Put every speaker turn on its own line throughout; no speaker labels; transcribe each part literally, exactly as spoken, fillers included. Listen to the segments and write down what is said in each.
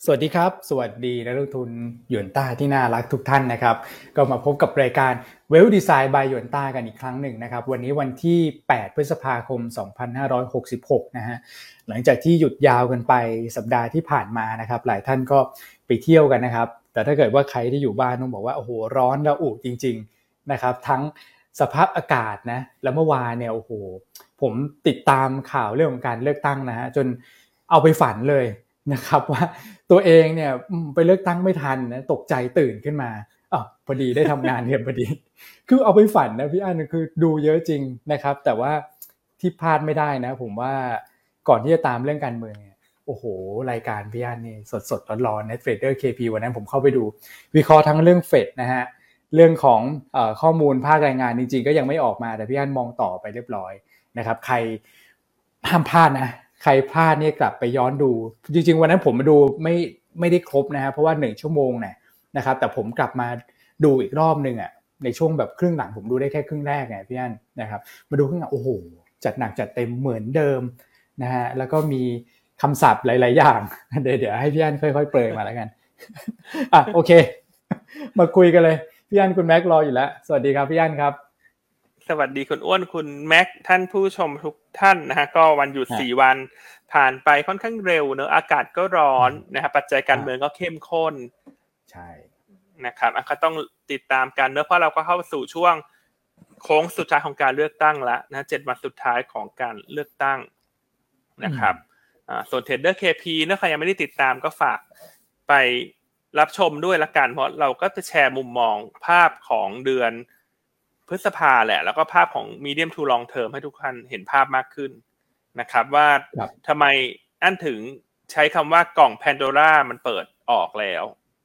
สวัสดีครับสวัสดีนักลงทุนหยวนต้าที่น่ารักทุกท่านนะครับก็มาพบกับรายการ Wealth Design by หยวนต้ากันอีกครั้งหนึ่งนะครับวันนี้วันที่แปดพฤษภาคมสองพันห้าร้อยหกสิบหกนะฮะหลังจากที่หยุดยาวกันไปสัปดาห์ที่ผ่านมานะครับหลายท่านก็ไปเที่ยวกันนะครับแต่ถ้าเกิดว่าใครที่อยู่บ้านต้องบอกว่าโอ้โหร้อนระอุจริงๆนะครับทั้งสภาพอากาศนะแล้วเมื่อวานเนี่ยโอ้โหผมติดตามข่าวเรื่องของการเลือกตั้งนะฮะจนเอาไปฝันเลยนะครับว่าตัวเองเนี่ยไปเลือกตั้งไม่ทันนะตกใจตื่นขึ้นมาอ๋อพอดีได้ทำงานเนี่ยพอดีคือเอาไปฝันนะพี่อั้นคือดูเยอะจริงนะครับแต่ว่าที่พลาดไม่ได้นะผมว่าก่อนที่จะตามเรื่องการเมืองเนี่ยโอ้โหรายการพี่อั้นนี่สดๆร้อนๆ Net Trader เค พี วันนั้นผมเข้าไปดูวิเคราะห์ทั้งเรื่องเฟดนะฮะเรื่องของเอ่อข้อมูลภาครายงานจริงๆก็ยังไม่ออกมาแต่พี่อั้นมองต่อไปเรียบร้อยนะครับใครห้ามพลาดนะใครพลาดเนี่ยกลับไปย้อนดูจริงๆวันนั้นผมมาดูไม่ไม่ได้ครบนะฮะเพราะว่าหนึ่งชั่วโมงเนี่ยนะครับแต่ผมกลับมาดูอีกรอบนึงอ่ะในช่วงแบบครึ่งหลังผมดูได้แค่ครึ่งแรกไงพี่อั้นนะครับมาดูครึ่งหลังโอ้โหจัดหนักจัดเต็มเหมือนเดิมนะฮะแล้วก็มีคำศัพท์หลายๆอย่างเดี๋ยวเดี๋ยวให้พี่อั้นค่อยๆเปรยมาแล้วกันอ่ะโอเคมาคุยกันเลยพี่อั้นคุณแม็กรออยู่แล้วสวัสดีครับพี่อั้นครับ
สวัสดีคุณอ้วนคุณแม็กท่านผู้ชมทุกท่านนะฮะก็วันหยุดสี่วันผ่านไปค่อนข้างเร็วเนอะอากาศก็ร้อนนะครับปัจจัยการเมืองก็เข้มข้น
ใช่
นะครับอ่ะก็ต้องติดตามกันเนอะเพราะเราก็เข้าสู่ช่วงโค้งสุดท้ายของการเลือกตั้งแล้วนะเจ็ดวันสุดท้ายของการเลือกตั้งนะครับอ่าส่วน Trader เค พี เนอะใครยังไม่ได้ติดตามก็ฝากไปรับชมด้วยละกันเพราะเราก็จะแชร์มุมมองภาพของเดือนพฤษภาแหละแล้วก็ภาพของ medium to long term ให้ทุกท่านเห็นภาพมากขึ้นนะครับว่าทำไมอันถึงใช้คำว่ากล่อง Pandora มันเปิดออกแล้ว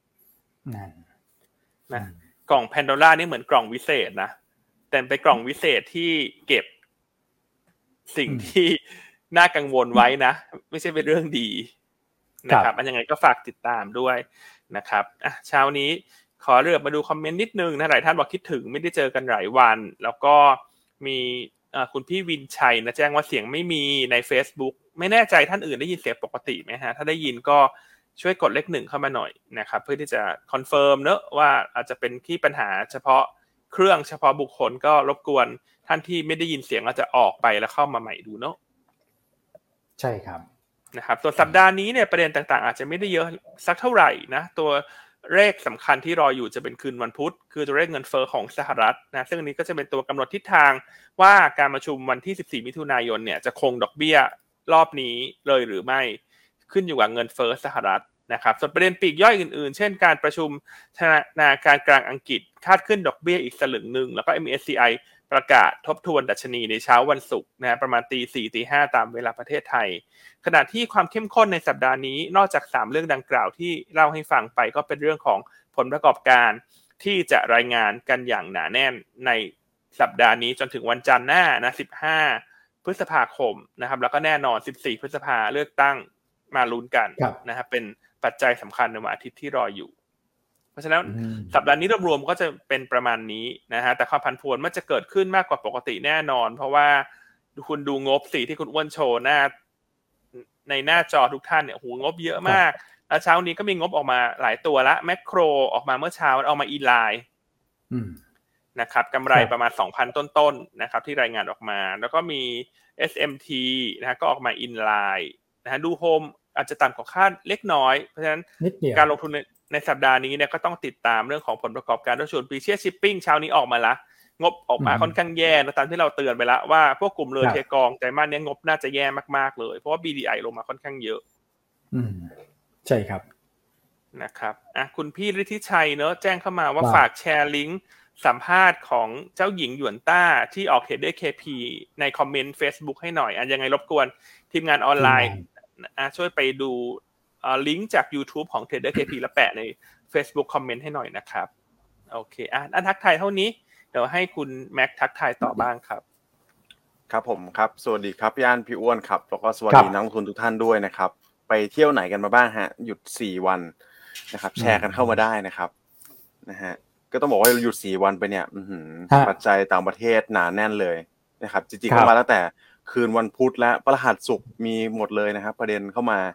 นะกล่อง Pandora นี่เหมือนกล่องวิเศษนะแต่เป็นกล่องวิเศษที่เก็บสิ่งที่น่ากังวลไว้นะไม่ใช่เป็นเรื่องดีนะครับอันยังไงก็ฝากติดตามด้วยนะครับอ่ะเช้านี้ขอเลือกมาดูคอมเมนต์นิดนึงนะหลายท่านบอกคิดถึงไม่ได้เจอกันหลายวันแล้วก็มีคุณพี่วินชัยนะแจ้งว่าเสียงไม่มีใน Facebook ไม่แน่ใจท่านอื่นได้ยินเสียงปกติไหมฮะถ้าได้ยินก็ช่วยกดเลขหนึ่งเข้ามาหน่อยนะครับเพื่อที่จะคอนเฟิร์มเนอะว่าอาจจะเป็นที่ปัญหาเฉพาะเครื่องเฉพาะบุคคลก็รบกวนท่านที่ไม่ได้ยินเสียงอาจจะออกไปแล้วเข้ามาใหม่ดูเนอะ
ใช่ครับ
นะครับส่วนสัปดาห์นี้เนี่ยประเด็นต่างๆอาจจะไม่ได้เยอะสักเท่าไหร่นะตัวเลขสำคัญที่รออยู่จะเป็นคืนวันพุธคือตัวเลขเงินเฟ้อของสหรัฐนะซึ่งอันนี้ก็จะเป็นตัวกำหนดทิศทางว่าการประชุมวันที่สิบสี่มิถุนายนเนี่ยจะคงดอกเบี้ยรอบนี้เลยหรือไม่ขึ้นอยู่กับเงินเฟ้อสหรัฐนะครับส่วนประเด็นปลีกย่อยอื่นๆเช่นการประชุมธนาคารกลางอังกฤษคาดขึ้นดอกเบี้ยอีกสลึงนึงแล้วก็ เอ็ม เอส ซี ไอ ประกาศทบทวนดัชนีในเช้าวันศุกร์นะประมาณตีสี่ตีห้าตามเวลาประเทศไทยขณะที่ความเข้มข้นในสัปดาห์นี้นอกจากสามเรื่องดังกล่าวที่เล่าให้ฟังไปก็เป็นเรื่องของผลประกอบการที่จะรายงานกันอย่างหนาแน่นในสัปดาห์นี้จนถึงวันจันทร์หน้านะสิบห้าพฤษภาคมนะครับแล้วก็แน่นอนสิบสี่พฤษภาเลือกตั้งมาลุ้นกันนะครับเป็นปัจจัยสำคัญในวันอาทิตย์ที่รออยู่เพราะฉะนั้นสัปดาห์นี้รวมๆก็จะเป็นประมาณนี้นะฮะแต่ความผันผวนมันจะเกิดขึ้นมากกว่าปกติแน่นอนเพราะว่าคุณดูงบสีที่คุณอ้วนโชว์หน้าในหน้าจอทุกท่านเนี่ยโหงบเยอะมากแล้วเช้านี้ก็มีงบออกมาหลายตัวละแมคโครออกมาเมื่อเช้าเอามาอีไลน์นะครับกำไรประมาณ สองพัน ต้นๆนะครับที่รายงานออกมาแล้วก็มี เอส เอ็ม ที นะฮะก็ออกมาอินไลน์นะฮะดูโฮมอาจจะต่ำกว่าคาดเล็กน้อยเพราะฉะนั้นการลงทุนในในสัปดาห์นี้เนี่ยก็ต้องติดตามเรื่องของผลประกอบการด้วยส่วน Precious Shipping เช้านี้ออกมาละงบออกมาค่อนข้างแย่นะตามที่เราเตือนไปแล้วว่าพวกกลุ่มเรือเทกองไตรมาสนี้งบน่าจะแย่มากๆเลยเพราะว่า บี ดี ไอ ลงมาค่อนข้างเยอะ
อืมใช่ครับ
นะครับอ่ะคุณพี่ฤทธิชัยเนอะแจ้งเข้ามาว่าฝากแชร์ลิงก์สัมภาษณ์ของเจ้าหญิงหยวนต้าที่ออก Trader เค พี ในคอมเมนต์ Facebook ให้หน่อยอ่ะยังไงรบกวนทีมงานออนไลน์อ่ะช่วยไปดูอ่าลิงก์จาก YouTube ของ Trader เค พี แล้วแปะใน Facebook คอมเมนต์ให้หน่อยนะครับโอเคอ่ะอันทักทายเท่านี้เดี๋ยวให้คุณแม็กทักทายต่อบ้างครับ
ครับผมครับสวัสดีครับพี่อั้นพี่อ้วนครับแล้วก็สวัสดีนักลงทุนทุกท่านด้วยนะครับไปเที่ยวไหนกันมาบ้างฮะหยุดสี่วันนะครับแชร์กันเข้ามาได้นะครับนะฮะก็ต้องบอกว่าหยุดสี่วันไปเนี่ยอื้อหือปัจจัยต่างประเทศหนาแน่นเลยนะครับจริงๆเข้ามาตั้งแต่คืนวันพุธและพฤหัสศุกร์มีหมดเลยนะครับประเด็นเข้ามา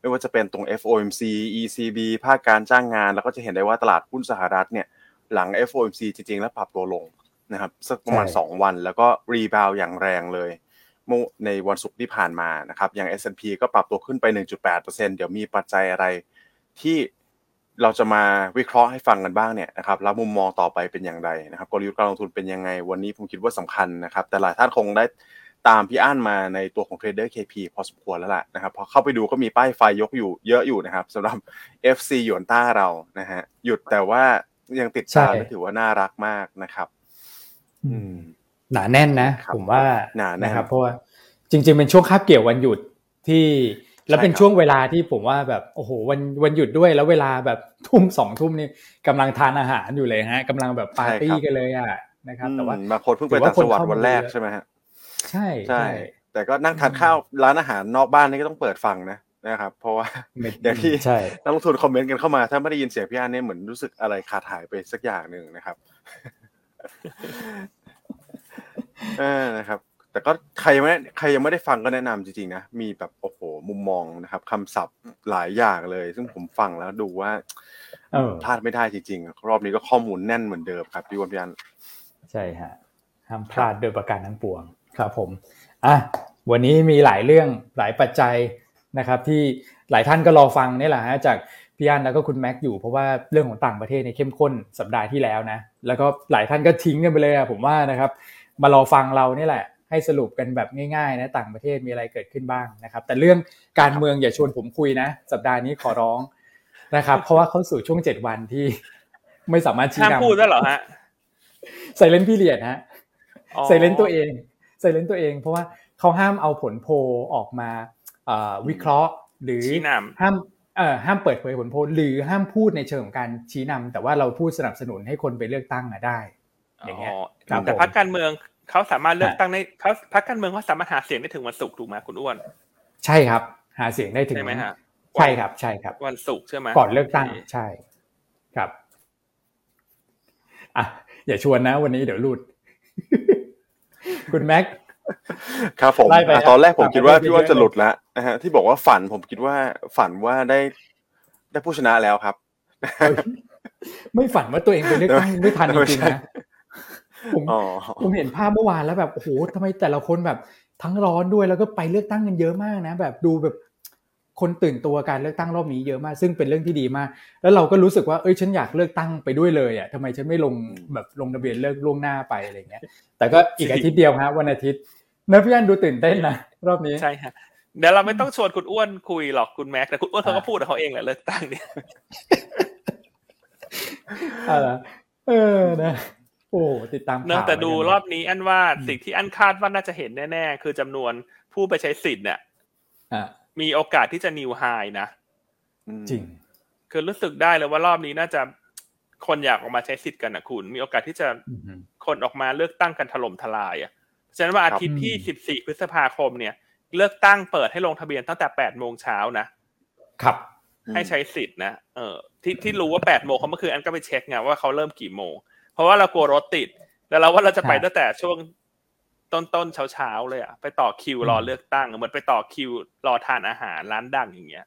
ไม่ว่าจะเป็นตรง เอฟ โอ เอ็ม ซี อี ซี บี ภาคการจ้างงานแล้วก็จะเห็นได้ว่าตลาดหุ้นสหรัฐเนี่ยหลัง เอฟ โอ เอ็ม ซี จริงๆแล้วปรับตัวลงนะครับสักประมาณสองวันแล้วก็รีบาวด์อย่างแรงเลยเมื่อในวันศุกร์ที่ผ่านมานะครับอย่าง เอส แอนด์ พี ก็ปรับตัวขึ้นไป หนึ่งจุดแปดเปอร์เซ็นต์ เดี๋ยวมีปัจจัยอะไรที่เราจะมาวิเคราะห์ให้ฟังกันบ้างเนี่ยนะครับแล้วมุมมองต่อไปเป็นอย่างไรนะครับกลยุทธ์การลงทุนเป็นยังไงวันนี้ผมคิดว่าสำคัญนะครับแต่หลายท่านคงได้ตามพี่อั้นมาในตัวของ Trader เค พี พอสมควรแล้วล่ะนะครับพอเข้าไปดูก็มีป้ายไฟยกอยู่เยอะอยู่นะครับสำหรับ เอฟ ซี หยวนต้าเรานะฮะหยุดแต่ว่ายังติดตามและถือว่าน่ารักมากนะครับ
อืมหนาแน่นนะผมว่า
หนาแน่น
นะครับเพราะว่าจริงๆเป็นช่วงคาบเกี่ยววันหยุดที่แล้วเป็นช่วงเวลาที่ผมว่าแบบโอ้โหวันวันหยุดด้วยแล้วเวลาแบบทุ่มสองทุ่มนี่กำลังทานอาหารอยู่เลยฮะกำลังแบบปาร์ตี้กันเลยอ่ะนะครับแต่ว่า
บางคนเพิ่งไปต่างจังหวัดวันแรกใช่ไหมฮะ
ใช่
ใช่แต่ก็นั่งทานข้าวร้านอาหารนอกบ้านนี่ก็ต้องเปิดฟังนะนะครับเพราะว่าอย่างที่นักลงทุนคอมเมนต์กันเข้ามาถ้าไม่ได้ยินเสียงพี่อั้นเนี่ยเหมือนรู้สึกอะไรขาดหายไปสักอย่างนึงนะครับเออนะครับแต่ก็ใครยังไม่ใครยังไม่ได้ฟังก็แนะนำจริงๆนะมีแบบโอ้โหมุมมองนะครับคำศัพท์หลายอย่างเลยซึ่งผมฟังแล้วดูว่าพลาดไม่ได้จริงๆรอบนี้ก็ข้อมูลแน่นเหมือนเดิมครับพี่วันพี่อั้น
ใช่ฮะห้ามพลาดโดยประการทั้งปวงครับผมอ่ะวันนี้มีหลายเรื่องหลายปัจจัยนะครับที่หลายท่านก็รอฟังนี่แหละฮะจากพี่อั้นแล้วก็คุณแม็กอยู่เพราะว่าเรื่องของต่างประเทศในเข้มข้นสัปดาห์ที่แล้วนะแล้วก็หลายท่านก็ทิ้งกันไปเลยอ่ะผมว่านะครับมารอฟังเรานี่แหละให้สรุปกันแบบง่ายๆนะต่างประเทศมีอะไรเกิดขึ้นบ้างนะครับแต่เรื่องการเมืองอย่าชวนผมคุยนะสัปดาห์นี้ขอร้องนะครับเพราะว่าเข้าสู่ช่วงเจ็ดวันที่ไม่สามารถชี้นำ
ห้ามพูดได้หรอฮะ
ไซเลนต์พีเรียดฮะไซเลนต์ตัวเองไซเลนต์ตัวเองเพราะว่าเขาห้ามเอาผลโพลออกมาวิเคราะห์หรือห้ามเอ่อห้ามเปิดเผยผลโพลหรือห้ามพูดในเชิงของการชี้นำแต่ว่าเราพูดสนับสนุนให้คนไปเลือกตั้งอ่ะได้อย่างเงี้ย
แต่พรรคการเมืองเขาสามารถเลือกตั้งได้เขาพรรคการเมืองเขาสามารถหาเสียงได้ถึงวันศุกร์ถูกไหมคุณอ้วน
ใช่ครับหาเสียงได้ถึง
ใช่ไหมฮะ
ใช่ครับใช่ครับ
วันศุกร์ใช่ไหม
ก่อนเลือกตั้งใช่ครับอ่ะอย่าชวนนะวันนี้เดี๋ยวหลุดคุณแม็ก
ครับผมตอนแรกผมคิดว่าพี่ว่าจะหลุดแล้วนะฮะที่บอกว่าฝันผมคิดว่าฝันว่าได้ได้ผู้ชนะแล้วครับ
ไม่ฝันว่าตัวเองไปเลือกตั้งไม่ทันจริงๆนะผมผมเห็นภาพเมื่อวานแล้วแบบโอ้โหทำไมแต่ละคนแบบทั้งร้อนด้วยแล้วก็ไปเลือกตั้งกันเยอะมากนะแบบดูแบบคนตื่นตัวการเลือกตั้งรอบนี้เยอะมากซึ่งเป็นเรื่องที่ดีมากแล้วเราก็รู้สึกว่าเอ้ยฉันอยากเลือกตั้งไปด้วยเลยอ่ะทำไมฉันไม่ลงแบบลงทะเบียนเลือกล่วงหน้าไปอะไรเงี้ยแต่ก็อีกอาทิตย์เดียวฮะวันอาทิตย์นะพี่อั้นดูตื่นเต้นนะรอบนี้
ใช่ฮะเดี๋ยวเราไม่ต้องชวนคุณอ้วนคุยหรอกคุณแม็กแต่คุณอ้วนเขาก็พูดของเขาเองแหละเลือกตั้งเนี่ย
อะไรเออนะโอ้ติดตามข่าว
แต่ดูรอบนี้อันว่าสิ่งที่อันคาดว่าน่าจะเห็นแน่ๆคือจำนวนผู้ไปใช้สิทธิ์เนี่ยมีโอกาสที่จะนิวไฮนะ
จริง
คือรู้สึกได้เลยว่ารอบนี้น่าจะคนอยากออกมาใช้สิทธิ์กันนะคุณมีโอกาสที่จะคนออกมาเลือกตั้งกันถล่มทลายอ่ะฉะนั้นว่าอาทิตย์ที่สิบสี่พฤษภาคมเนี่ยเลือกตั้งเปิดให้ลงทะเบียนตั้งแต่แปดโมงเช้านะครับให้ใช้สิทธิ์นะเออที่ที่รู้ว่าแปดโมงเขาเมื่อคืนอันก็ไปเช็คไงว่าเขาเริ่มกี่โมงเพราะว่าเรากลัวรถติดแล้วเราว่าเราจะไปตั้งแต่ช่วงต้นๆเช้าๆเลยอ่ะไปต่อคิวรอเลือกตั้งเหมือนไปต่อคิวรอทานอาหารร้านดังอย่างเงี้ย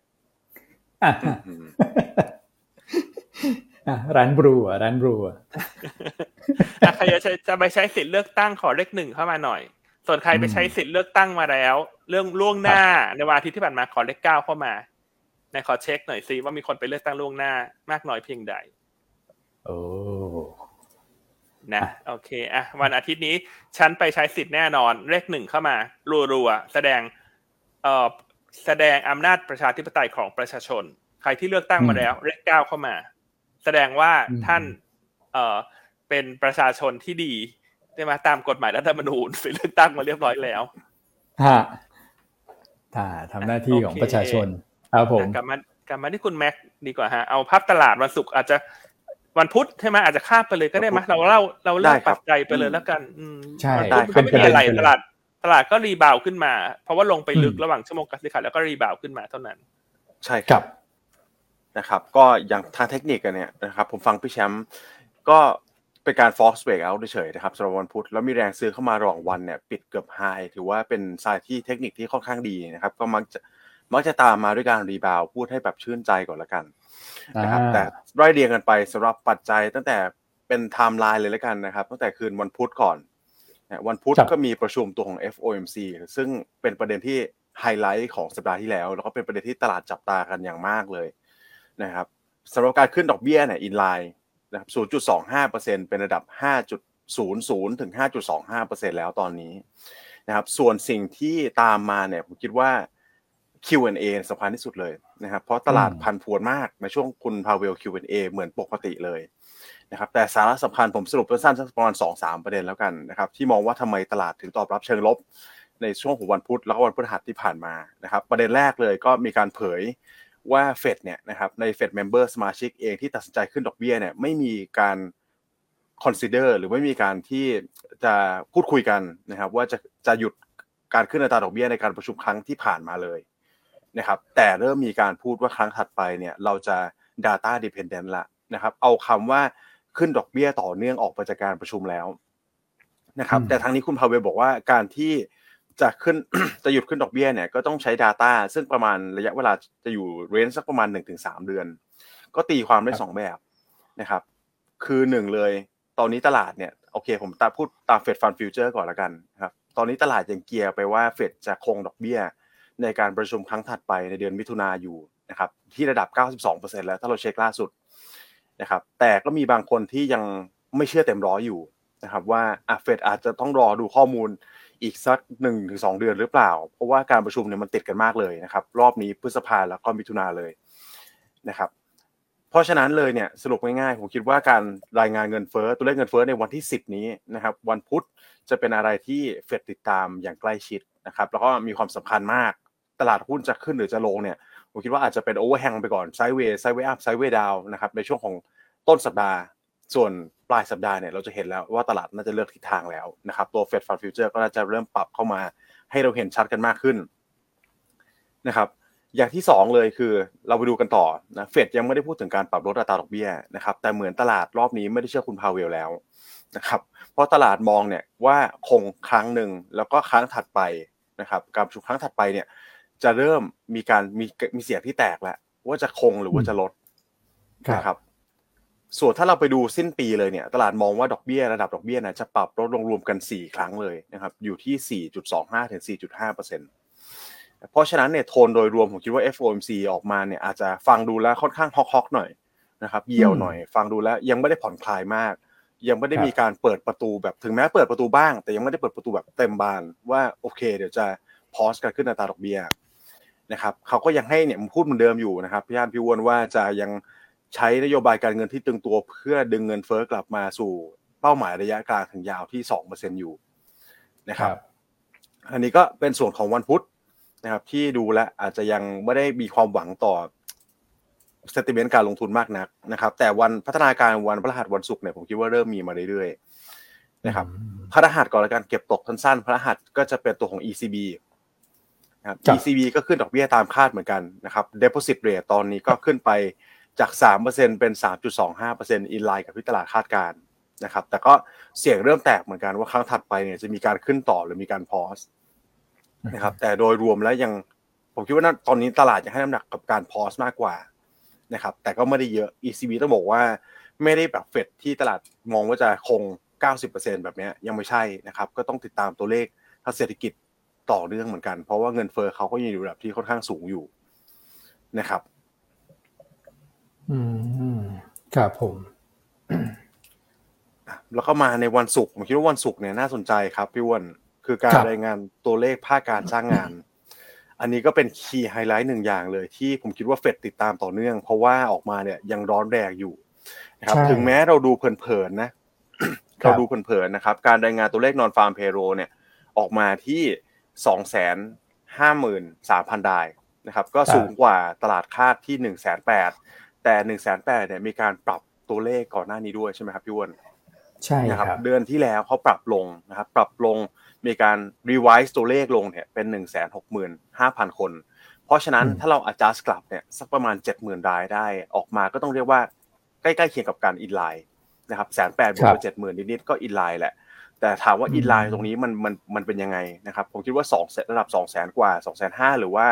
ร้านบรูอ่ะร้านบรูอ่ะ
ใครจะใช้จะไปใช้สิทธิ์เลือกตั้งขอเลขหนึ่งเข้ามาหน่อยส่วนใครไปใช้สิทธิ์เลือกตั้งมาแล้วเรื่องล่วงหน้าในวันอาทิตย์ที่ผ่านมาขอเลขเก้าเข้ามาในขอเช็คหน่อยซิว่ามีคนไปเลือกตั้งล่วงหน้ามากน้อยเพียงใด
โอ้
นะโอเคอ่ะวันอาทิตย์นี้ฉันไปใช้สิทธิ์แน่นอนเลขหนึ่งเข้ามารัวๆแสดงเอ่อแสดงอำนาจประชาธิปไตยของประชาชนใครที่เลือกตั้งมาแล้วเลขเก้าเข้ามาแสดงว่าท่านเอ่อเป็นประชาชนที่ดีได้มาตามกฎหมายรัฐธรรมนูญไปเลือกตั้งมาเรียบร้อยแล้ว
ฮะถ้าทำหน้าที่ของประชาชนครับผม
กลับมากลับมาที่คุณแม็กดีกว่าฮะเอาภาพตลาดวันศุกร์อาจจะวันพุธใช่ไหมอาจจะข้ามไปเลยก็ได้มั้ยเราเล่าเราเล่าปัจจัยไปเลยแล้วกันอืม
ใช่
ไม่มีอะไรตลาดตลาดก็รีบาวขึ้นมาเพราะว่าลงไปลึกระหว่างชั่วโมงการซื้อขายแล้วก็รีบาวขึ้นมาเท่านั้น
ใช่ครับนะครับก็อย่างทางเทคนิคกันเนี่ยนะครับผมฟังพี่แชมป์ก็เป็นการ false breakout เฉยๆนะครับสำหรับวันพุธแล้วมีแรงซื้อเข้ามาระหว่างวันเนี่ยปิดเกือบไฮถือว่าเป็นไซน์ที่เทคนิคที่ค่อนข้างดีนะครับก็มักจะมักจะตามมาด้วยการรีบาวพูดให้แบบชื่นใจก่อนละกันนะครับแต่
อ่า
ไล่เรียงกันไปสำหรับปัจจัยตั้งแต่เป็นไทม์ไลน์เลยละกันนะครับตั้งแต่คืนวันพุธก่อนนะวันพุธ
ครับ
ก็มีประชุมตัวของ เอฟ โอ เอ็ม ซี ซึ่งเป็นประเด็นที่ไฮไลท์ของสัปดาห์ที่แล้วแล้วก็เป็นประเด็นที่ตลาดจับตากันอย่างมากเลยนะครับสำหรับการขึ้นดอกเบี้ยเนี่ยอินไลน์นะครับ ศูนย์จุดสองห้าเปอร์เซ็นต์ เป็นระดับ ห้าจุดศูนย์ศูนย์ ถึง ห้าจุดสองห้าเปอร์เซ็นต์ แล้วตอนนี้นะครับส่วนสิ่งที่ตามมาเนี่ยผมคิดว่า คิว แอนด์ เอ สำคัญที่สุดเลยนะครับเพราะตลาดพันผวนมากในช่วงคุณพาเวล คิว แอนด์ เอ เหมือนปกติเลยนะครับแต่สาระสำคัญผมสรุปสั้นๆสักประมาณ สองถึงสาม ประเด็นแล้วกันนะครับที่มองว่าทำไมตลาดถึงตอบรับเชิงลบในช่วงของวันพุธแล้วก็วันพฤหัสที่ผ่านมานะครับประเด็นแรกเลยก็มีการเผยว่าเฟดเนี่ยนะครับใน Fed Member สมาชิกเองที่ตัดสินใจขึ้นดอกเบี้ยเนี่ยไม่มีการ consider หรือไม่มีการที่จะพูดคุยกันนะครับว่าจะจะหยุดการขึ้นอัตราดอกเบี้ยในการประชุมครั้งที่ผ่านมาเลยนะครับแต่เริ่มมีการพูดว่าครั้งถัดไปเนี่ยเราจะ data dependent ละนะครับเอาคำว่าขึ้นดอกเบี้ยต่อเนื่องออกไปจากการประชุมแล้วนะครับแต่ทางนี้คุณพาเวลบอกว่าการที่จะขึ้น จะหยุดขึ้นดอกเบี้ยเนี่ยก็ต้องใช้ data ซึ่งประมาณระยะเวลาจะอยู่เรนจ์สักประมาณ หนึ่งถึงสาม เดือนก็ตีความได้สองแบบนะครับคือหนึ่งเลยตอนนี้ตลาดเนี่ยโอเคผมตาพูดตาม Fed Fund Future ก่อนละกันนะครับตอนนี้ตลาดยังเกียร์ไปว่าเฟดจะคงดอกเบี้ยในการประชุมครั้งถัดไปในเดือนมิถุนายนอยู่นะครับที่ระดับ เก้าสิบสองเปอร์เซ็นต์ แล้วถ้าเราเช็คล่าสุดนะครับแต่ก็มีบางคนที่ยังไม่เชื่อเต็มร้อยอยู่นะครับว่าอ่ะเฟดอาจจะต้องรอดูข้อมูลอีกสัก หนึ่งถึงสอง เดือนหรือเปล่าเพราะว่าการประชุมเนี่ยมันติดกันมากเลยนะครับรอบนี้พฤษภาแล้วก็มิถุนายนเลยนะครับเพราะฉะนั้นเลยเนี่ยสรุปง่ายๆผมคิดว่าการรายงานเงินเฟ้อตัวเลขเงินเฟ้อในวันที่สิบนี้นะครับวันพุธจะเป็นอะไรที่เฟดติดตามอย่างใกล้ชิดนะครับแล้วก็มีความสำคัญมากตลาดหุ้นจะขึ้นหรือจะลงเนี่ยผมคิดว่าอาจจะเป็นโอเวอร์แฮงไปก่อนไซด์เวย์ไซด์เวย์อัพไซด์เวย์ดาวน์นะครับในช่วงของต้นสัปดาห์ส่วนปลายสัปดาห์เนี่ยเราจะเห็นแล้วว่าตลาดน่าจะเลือกทิศทางแล้วนะครับตัว Fed Fund Future ก็น่าจะเริ่มปรับเข้ามาให้เราเห็นชัดกันมากขึ้นนะครับอย่างที่สองเลยคือเราไปดูกันต่อนะเฟดยังไม่ได้พูดถึงการปรับลดอัตราดอกเบี้ยนะครับแต่เหมือนตลาดรอบนี้ไม่ได้เชื่อคุณพาเวลแล้วนะครับเพราะตลาดมองเนี่ยว่าคงครั้งหนึ่งแล้วก็ครั้งถัดไปนะครับการประชุมครั้งถัดไปเนี่ยจะเริ่มมีการมีมีเสียงที่แตกแล้วว่าจะคงหรือว่าจะลดนะครับส่วนถ้าเราไปดูสิ้นปีเลยเนี่ยตลาดมองว่าดอกเบี้ยระดับดอกเบี้ยนะจะปรับลดลงรวมกันสี่ครั้งเลยนะครับอยู่ที่ สี่จุดสองห้า ถึง สี่จุดห้าเปอร์เซ็นต์ เพราะฉะนั้นเนี่ยโทนโดยรวมผมคิดว่า เอฟ โอ เอ็ม ซี ออกมาเนี่ยอาจจะฟังดูแล้วค่อนข้างฮอกๆหน่อยนะครับเหี่ยวหน่อยฟังดูแล้วยังไม่ได้ผ่อนคลายมากยังไม่ได้มีการเปิดประตูแบบถึงแม้เปิดประตูบ้างแต่ยังไม่ได้เปิดประตูแบบเต็มบานว่าโอเคเดี๋ยวจะพอสการขึ้นอัตราดอกเบี้ยนะครับเขาก็ยังให้เนี่ยพูดเหมือนเดิมอยู่นะครับพี่อันพี่อ้วนว่าจะยังใช้นโยบายการเงินที่ตึงตัวเพื่อดึงเงินเฟ้อกลับมาสู่เป้าหมายระยะกลางถึงยาวที่ สองเปอร์เซ็นต์ อยู่นะครับอันนี้ก็เป็นส่วนของวันพุธนะครับที่ดูแลอาจจะยังไม่ได้มีความหวังต่อ sentiment การลงทุนมากนักนะครับแต่วันพัฒนาการวันพฤหัสวันศุกร์เนี่ยผมคิดว่าเริ่มมีมาเรื่อยๆนะครับพฤหัสก่อนแล้วกันเก็บตกสั้นๆพฤหัสก็จะเป็นตัวของ อี ซี บี นะครับ อี ซี บี ก็ขึ้นดอกเบี้ยตามคาดเหมือนกันนะครับ deposit rate ตอนนี้ก็ขึ้นไปจาก สามเปอร์เซ็นต์ เป็น สามจุดสองห้าเปอร์เซ็นต์ in line กับที่ตลาดคาดการณ์นะครับแต่ก็เสี่ยงเริ่มแตกเหมือนกันว่าครั้งถัดไปเนี่ยจะมีการขึ้นต่อหรือมีการ pause นะครับแต่โดยรวมแล้วยังผมคิดว่าตอนนี้ตลาดยังให้น้ำหนักกับการ pause มากกว่านะครับแต่ก็ไม่ได้เยอะ อี ซี บี ต้องบอกว่าไม่ได้แบบเฟดที่ตลาดมองว่าจะคง เก้าสิบเปอร์เซ็นต์ แบบนี้ยังไม่ใช่นะครับก็ต้องติดตามตัวเลขทางเศรษฐกิจต่อเนื่องเหมือนกันเพราะว่าเงินเฟ้อเขาก็ยังอยู่ระดับที่ค่อนข้างสูงอยู่นะครับ
อืมครับผม
แล้วก็มาในวันศุกร์ผมคิดว่าวันศุกร์เนี่ยน่าสนใจครับพี่อ้วนคือการรายงานตัวเลขภาคการจ้างงานอันนี้ก็เป็นคีย์ไฮไลท์หนึ่งอย่างเลยที่ผมคิดว่าเฟดติดตามต่อเนื่องเพราะว่าออกมาเนี่ยยังร้อนแรงอยู่นะครับถึงแม้เราดูเพลินๆนะเราดูเพลินๆนะครับการรายงานตัวเลข non farm payroll เนี่ยออกมาที่ สองแสนห้าหมื่นสามพัน รายนะครับก็สูงกว่าตลาดคาดที่ หนึ่งแสนแปดหมื่น แต่ หนึ่งแสนแปดหมื่น เนี่ยมีการปรับตัวเลขก่อนหน้านี้ด้วยใช่ไหมครับพี่อ้วน
ใช่
นะครับเดือนที่แล้วเขาปรับลงนะครับปรับลงมีการ revise ตัวเลขลงเนี่ยเป็น หนึ่งแสนหกหมื่นห้าพัน คนเพราะฉะนั้นถ้าเรา adjust กลับเนี่ยสักประมาณ เจ็ดหมื่น รายได้ออกมาก็ต้องเรียกว่าใกล้ๆเคียงกับการ inline นะครับ หนึ่งแสนแปดหมื่น บวกไป เจ็ดหมื่น นิดๆก็ inline แหละแต่ถามว่า inline ตรงนี้มันมันมันเป็นยังไงนะครับผมคิดว่าสองระดับ สองแสน กว่า สองแสนห้าหมื่น หรือว่า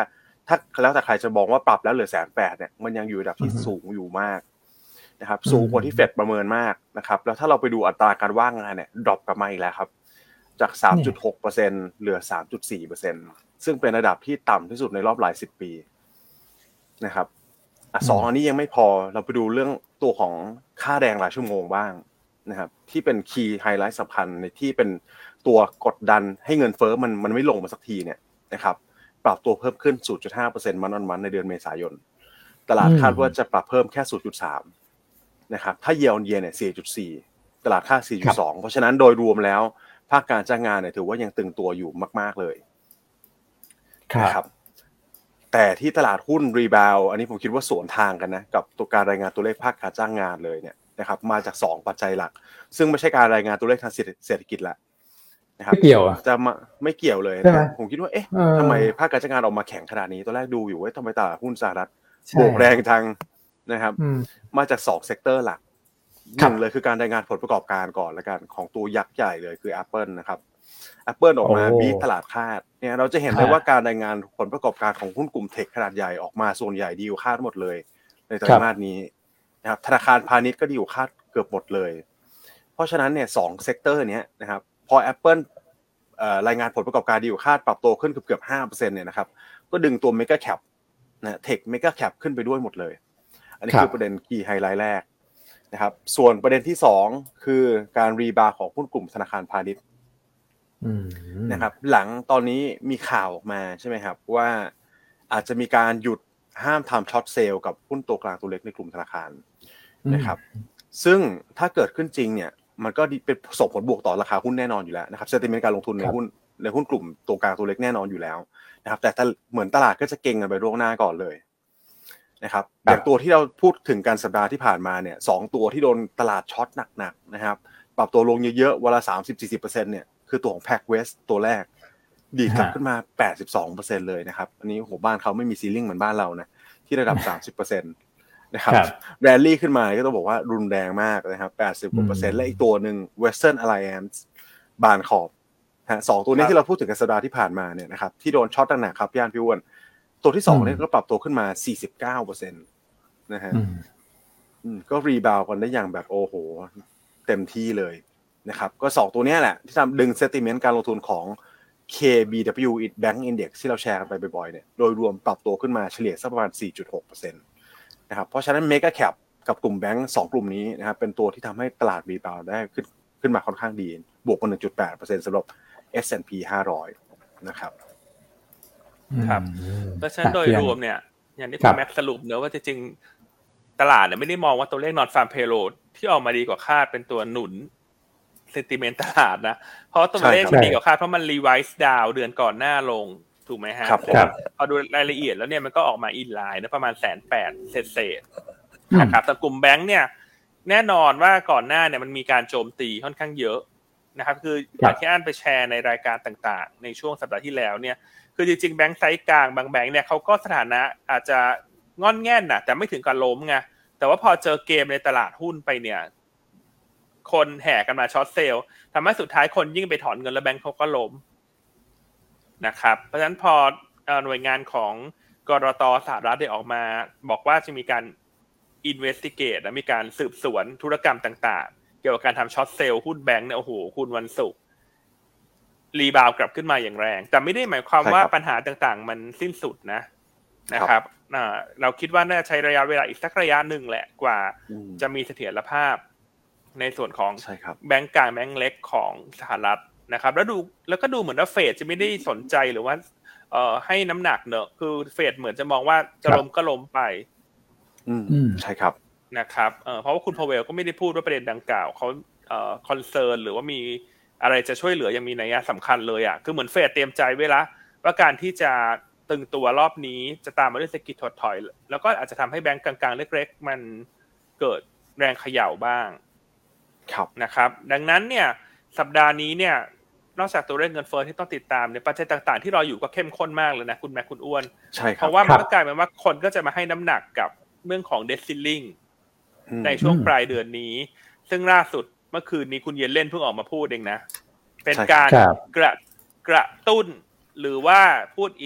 ถ้าแล้วแต่ใครจะมองว่าปรับแล้วเหลือแสนแปดเนี่ยมันยังอยู่ระดับที่สูงอยู่มากนะครับสูงกว่าที่เฟดประเมินมากนะครับแล้วถ้าเราไปดูอัตราการว่างงานเนี่ยดรอปกลับมาอีกแล้วครับจาก สามจุดหกเปอร์เซ็นต์ เหลือ สามจุดสี่เปอร์เซ็นต์ ซึ่งเป็นระดับที่ต่ำที่สุดในรอบหลายสิบปีนะครับอ่ะสองอันนี้ยังไม่พอเราไปดูเรื่องตัวของค่าแรงรายชั่วโมงบ้างนะครับที่เป็นคีย์ไฮไลท์สำคัญในที่เป็นตัวกดดันให้เงินเฟ้อมันมันไม่ลงมาสักทีเนี่ยนะครับปรับตัวเพิ่มขึ้น ศูนย์จุดห้าเปอร์เซ็นต์ มันออนมันในเดือนเมษายนตลาดคาดว่าจะปรับเพิ่มแค่ ศูนย์จุดสาม นะครับถ้า year on year เนี่ย สี่จุดสี่ ตลาดคาด สี่จุดสอง เพราะฉะนั้นโดยรวมแล้วภาคการจ้างงานเนี่ยถือว่ายังตึงตัวอยู่มากๆเลยนะครับแต่ที่ตลาดหุ้นรีบาวอันนี้ผมคิดว่าสวนทางกันนะกับตัวการรายงานตัวเลขภาคการจ้างงานเลยเนี่ยนะครับมาจากสองปัจจัยหลักซึ่งไม่ใช่การรายงานตัวเลขทางเศรษฐกิจละนะครับ
ไม่เกี่ยวอ่ะ
จะมาไม่เกี่ยวเลยนะผมคิดว่าเอ๊ะทำไมภาคการจ้างงานออกมาแข็งขนาดนี้ตอนแรกดูอยู่ว่าทำไมตลาดหุ้นสหรัฐโบกแรงจังนะครับมาจากสองเซกเตอร์หลักหนึ่งเลยคือการรายงานผลประกอบการก่อนละกันของตัวยักษ์ใหญ่เลยคือ Apple นะครับ Apple ออกมาบีทตลาดคาดเนี่ยเราจะเห็นได้ว่าการรายงานผลประกอบการของหุ้นกลุ่มเทคขนาดใหญ่ออกมาส่วนใหญ่ดีกว่าคาดหมดเลยในไตรมาสนี้นะครับธนาคารพาณิชย์ก็ดีกว่าคาดเกือบหมดเลยเพราะฉะนั้นเนี่ยสองเซกเตอร์เนี้ยนะครับพอ Apple เอ่อรายงานผลประกอบการดีกว่าคาดปรับตัวขึ้นเกือบๆ ห้าเปอร์เซ็นต์ เนี่ยนะครับก็ดึงตัว Mega Cap นะเทค Mega Cap ขึ้นไปด้วยหมดเลยอันนี้คือประเด็นคีย์ไฮไลท์แรกนะครับส่วนประเด็นที่สองคือการรีบาวของหุ้นกลุ่มธนาคารพาณิชย์นะครับหลังตอนนี้มีข่าวออกมาใช่ไหมครับว่าอาจจะมีการหยุดห้ามทำช็อตเซลล์กับหุ้นตัวกลางตัวเล็กในกลุ่มธนาคารนะครับซึ่งถ้าเกิดขึ้นจริงเนี่ยมันก็เป็นส่งผลบวกต่อราคาหุ้นแน่นอนอยู่แล้วนะครับเซนติเมนต์การลงทุนในหุ้นในหุ้นกลุ่มตัวกลางตัวเล็กแน่นอนอยู่แล้วนะครับแต่เหมือนตลาดก็จะเก็งกันไปล่วงหน้าก่อนเลยนะครับอย่างตัวที่เราพูดถึงกันสัปดาห์ที่ผ่านมาเนี่ยสองตัวที่โดนตลาดช็อตหนักๆนะครับปรับตัวลงเยอะๆวันละ สามสิบถึงสี่สิบเปอร์เซ็นต์ เนี่ยคือตัวของ PacWest ตัวแรกดีดกลับขึ้นมา แปดสิบสองเปอร์เซ็นต์ เลยนะครับอันนี้โหบ้านเขาไม่มีซีลิ่งเหมือนบ้านเรานะที่ระดับ สามสิบเปอร์เซ็นต์ นะครับแรลลี่ขึ้นมาก็ต้องบอกว่ารุนแรงมากนะครับ แปดสิบกว่าเปอร์เซ็นต์และอีกตัวนึง Western Alliance บานขอบฮะสองตัวนี้ที่เราพูดถึงกันสัปดาห์ที่ผ่านมาเนี่ยนะครับที่โดนช็อตหนักๆครับพี่อันพี่อ้วนตัวที่สองเนี่ยก็ปรับตัวขึ้นมา สี่สิบเก้าเปอร์เซ็นต์ นะฮะอืมก็รีบาวกันได้อย่างแบบโอ้โหเต็มที่เลยนะครับก็สองตัวนี้แหละที่ทำดึงเซนติเมนต์การลงทุนของ เค บี ดับเบิลยู Bank Index ที่เราแชร์กันไปบ่อยๆเนี่ยโดยรวมปรับตัวขึ้นมาเฉลี่ยสักประมาณ สี่จุดหกเปอร์เซ็นต์ นะครับเพราะฉะนั้น Mega Cap กับกลุ่มแบงก์สองกลุ่มนี้นะครับเป็นตัวที่ทำให้ตลาดรีบาวได้ขึ้นขึ้นมาค่อนข้างดีบวกมา หนึ่งจุดแปดเปอร์เซ็นต์ สำหรับ เอส แอนด์ พี ห้าร้อยนะครับ
ครับเพราะฉะนั้นโดยรวมเนี่ยอย่างที่คุณแม็กสรุปเนอะว่าจริงๆตลาดเนี่ยไม่ได้มองว่าตัวเลข Non Farm Payroll ที่ออกมาดีกว่าคาดเป็นตัวหนุนเซนติเมนต์ตลาดนะเพราะตัวเลขมันดีกว่าคาดเพราะมัน revise down เดือนก่อนหน้าลงถูกไหมฮะพอดูรายละเอียดแล้วเนี่ยมันก็ออกมาอินไลน์นะประมาณ หนึ่งแสนแปดหมื่น เศษๆนะครับแต่กลุ่มแบงค์เนี่ยแน่นอนว่าก่อนหน้าเนี่ยมันมีการโจมตีค่อนข้างเยอะนะครับคืออย่างที่อ่านไปแชร์ในรายการต่างๆในช่วงสัปดาห์ที่แล้วเนี่ยคือจริงๆแบงค์ไซส์กลางบางแบงค์เนี่ยเขาก็สถานะอาจจะงอนแง่นน่ะแต่ไม่ถึงกับล้มไงแต่ว่าพอเจอเกมในตลาดหุ้นไปเนี่ยคนแห่กันมาช็อตเซลล์ทำให้สุดท้ายคนยิ่งไปถอนเงินแล้วแบงค์เขาก็ล้มนะครับเพราะฉะนั้นพอหน่วยงานของกรต.สหรัฐได้ออกมาบอกว่าจะมีการ investigate และมีการสืบสวนธุรกรรมต่างๆเกี่ยวกับการทำช็อตเซลล์หุ้นแบงค์เนี่ยโอ้โหคุณวันศุกร์รีบาวกลับขึ้นมาอย่างแรงแต่ไม่ได้หมายความว่าปัญหาต่างๆมันสิ้นสุดนะนะครับเราคิดว่าน่าจะใช้ระยะเวลาอีกสักระยะหนึ่งแหละกว่าจะมีเสถียรภาพในส่วนของแบงก์กลางแบงก์เล็กของสหรัฐนะครับแล้วดูแล้วก็ดูเหมือนว่าเฟดจะไม่ได้สนใจหรือว่าเอ่อให้น้ำหนักเนอะคือเฟดเหมือนจะมองว่าจะล้มก็ล้มไป
อืมใช่ครับ
นะครับเอ่อเพราะว่าคุณพาวเวลก็ไม่ได้พูดว่าประเด็นดังกล่าวเขาเอ่อคอนเซิร์นหรือว่ามีอะไรจะช่วยเหลือยังมีนัยสำคัญเลยอ่ะคือเหมือนเฟดเตรียมใจไว้แล้วว่าการที่จะตึงตัวรอบนี้จะตามมาด้วยเศรษฐกิจถดถอยแล้วก็อาจจะทำให้แบงก์กลางๆเล็กๆมันเกิดแรงเขย่าบ้างนะครับดังนั้นเนี่ยสัปดาห์นี้เนี่ยนอกจากตัวเลขเงินเฟ้อที่ต้องติดตามเนี่ยปัจจัยต่างๆที่รออยู่ก็เข้มข้นมากเลยนะคุณแม่คุณอ้วน
ใช่ครับ
เพราะว่ามันก็กลายเป็นว่าคนก็จะมาให้น้ำหนักกับเรื่องของ debt ceiling ในช่วงปลายเดือนนี้ซึ่งล่าสุดเมื่อคืนนี้คุณเยนเล่นเพิ่งออกมาพูดเองนะเป็นการกระกระตุ้นหรือว่าพูดอีก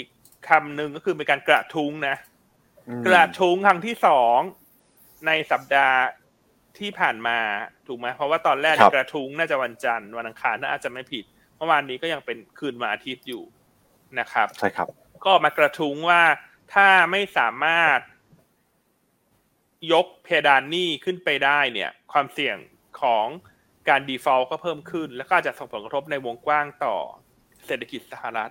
คำหนึ่งก็คือเป็นการกระทุ้งนะกระทุ้งครั้งที่สองในสัปดาห์ที่ผ่านมาถูกไหมเพราะว่าตอนแรกกระทุ้งน่าจะวันจันทร์วันอังคารน่าจะไม่ผิดเมื่อวานนี้ก็ยังเป็นคืนวันอาทิตย์อยู่นะครับ
ใช่ครับ
ก็มากระทุ้งว่าถ้าไม่สามารถยกเพดานหนี้ขึ้นไปได้เนี่ยความเสี่ยงของการ default ก็เพิ่มขึ้นแล้วก็อาจจะส่งผลกระทบในวงกว้างต่อเศรษฐกิจสหรัฐ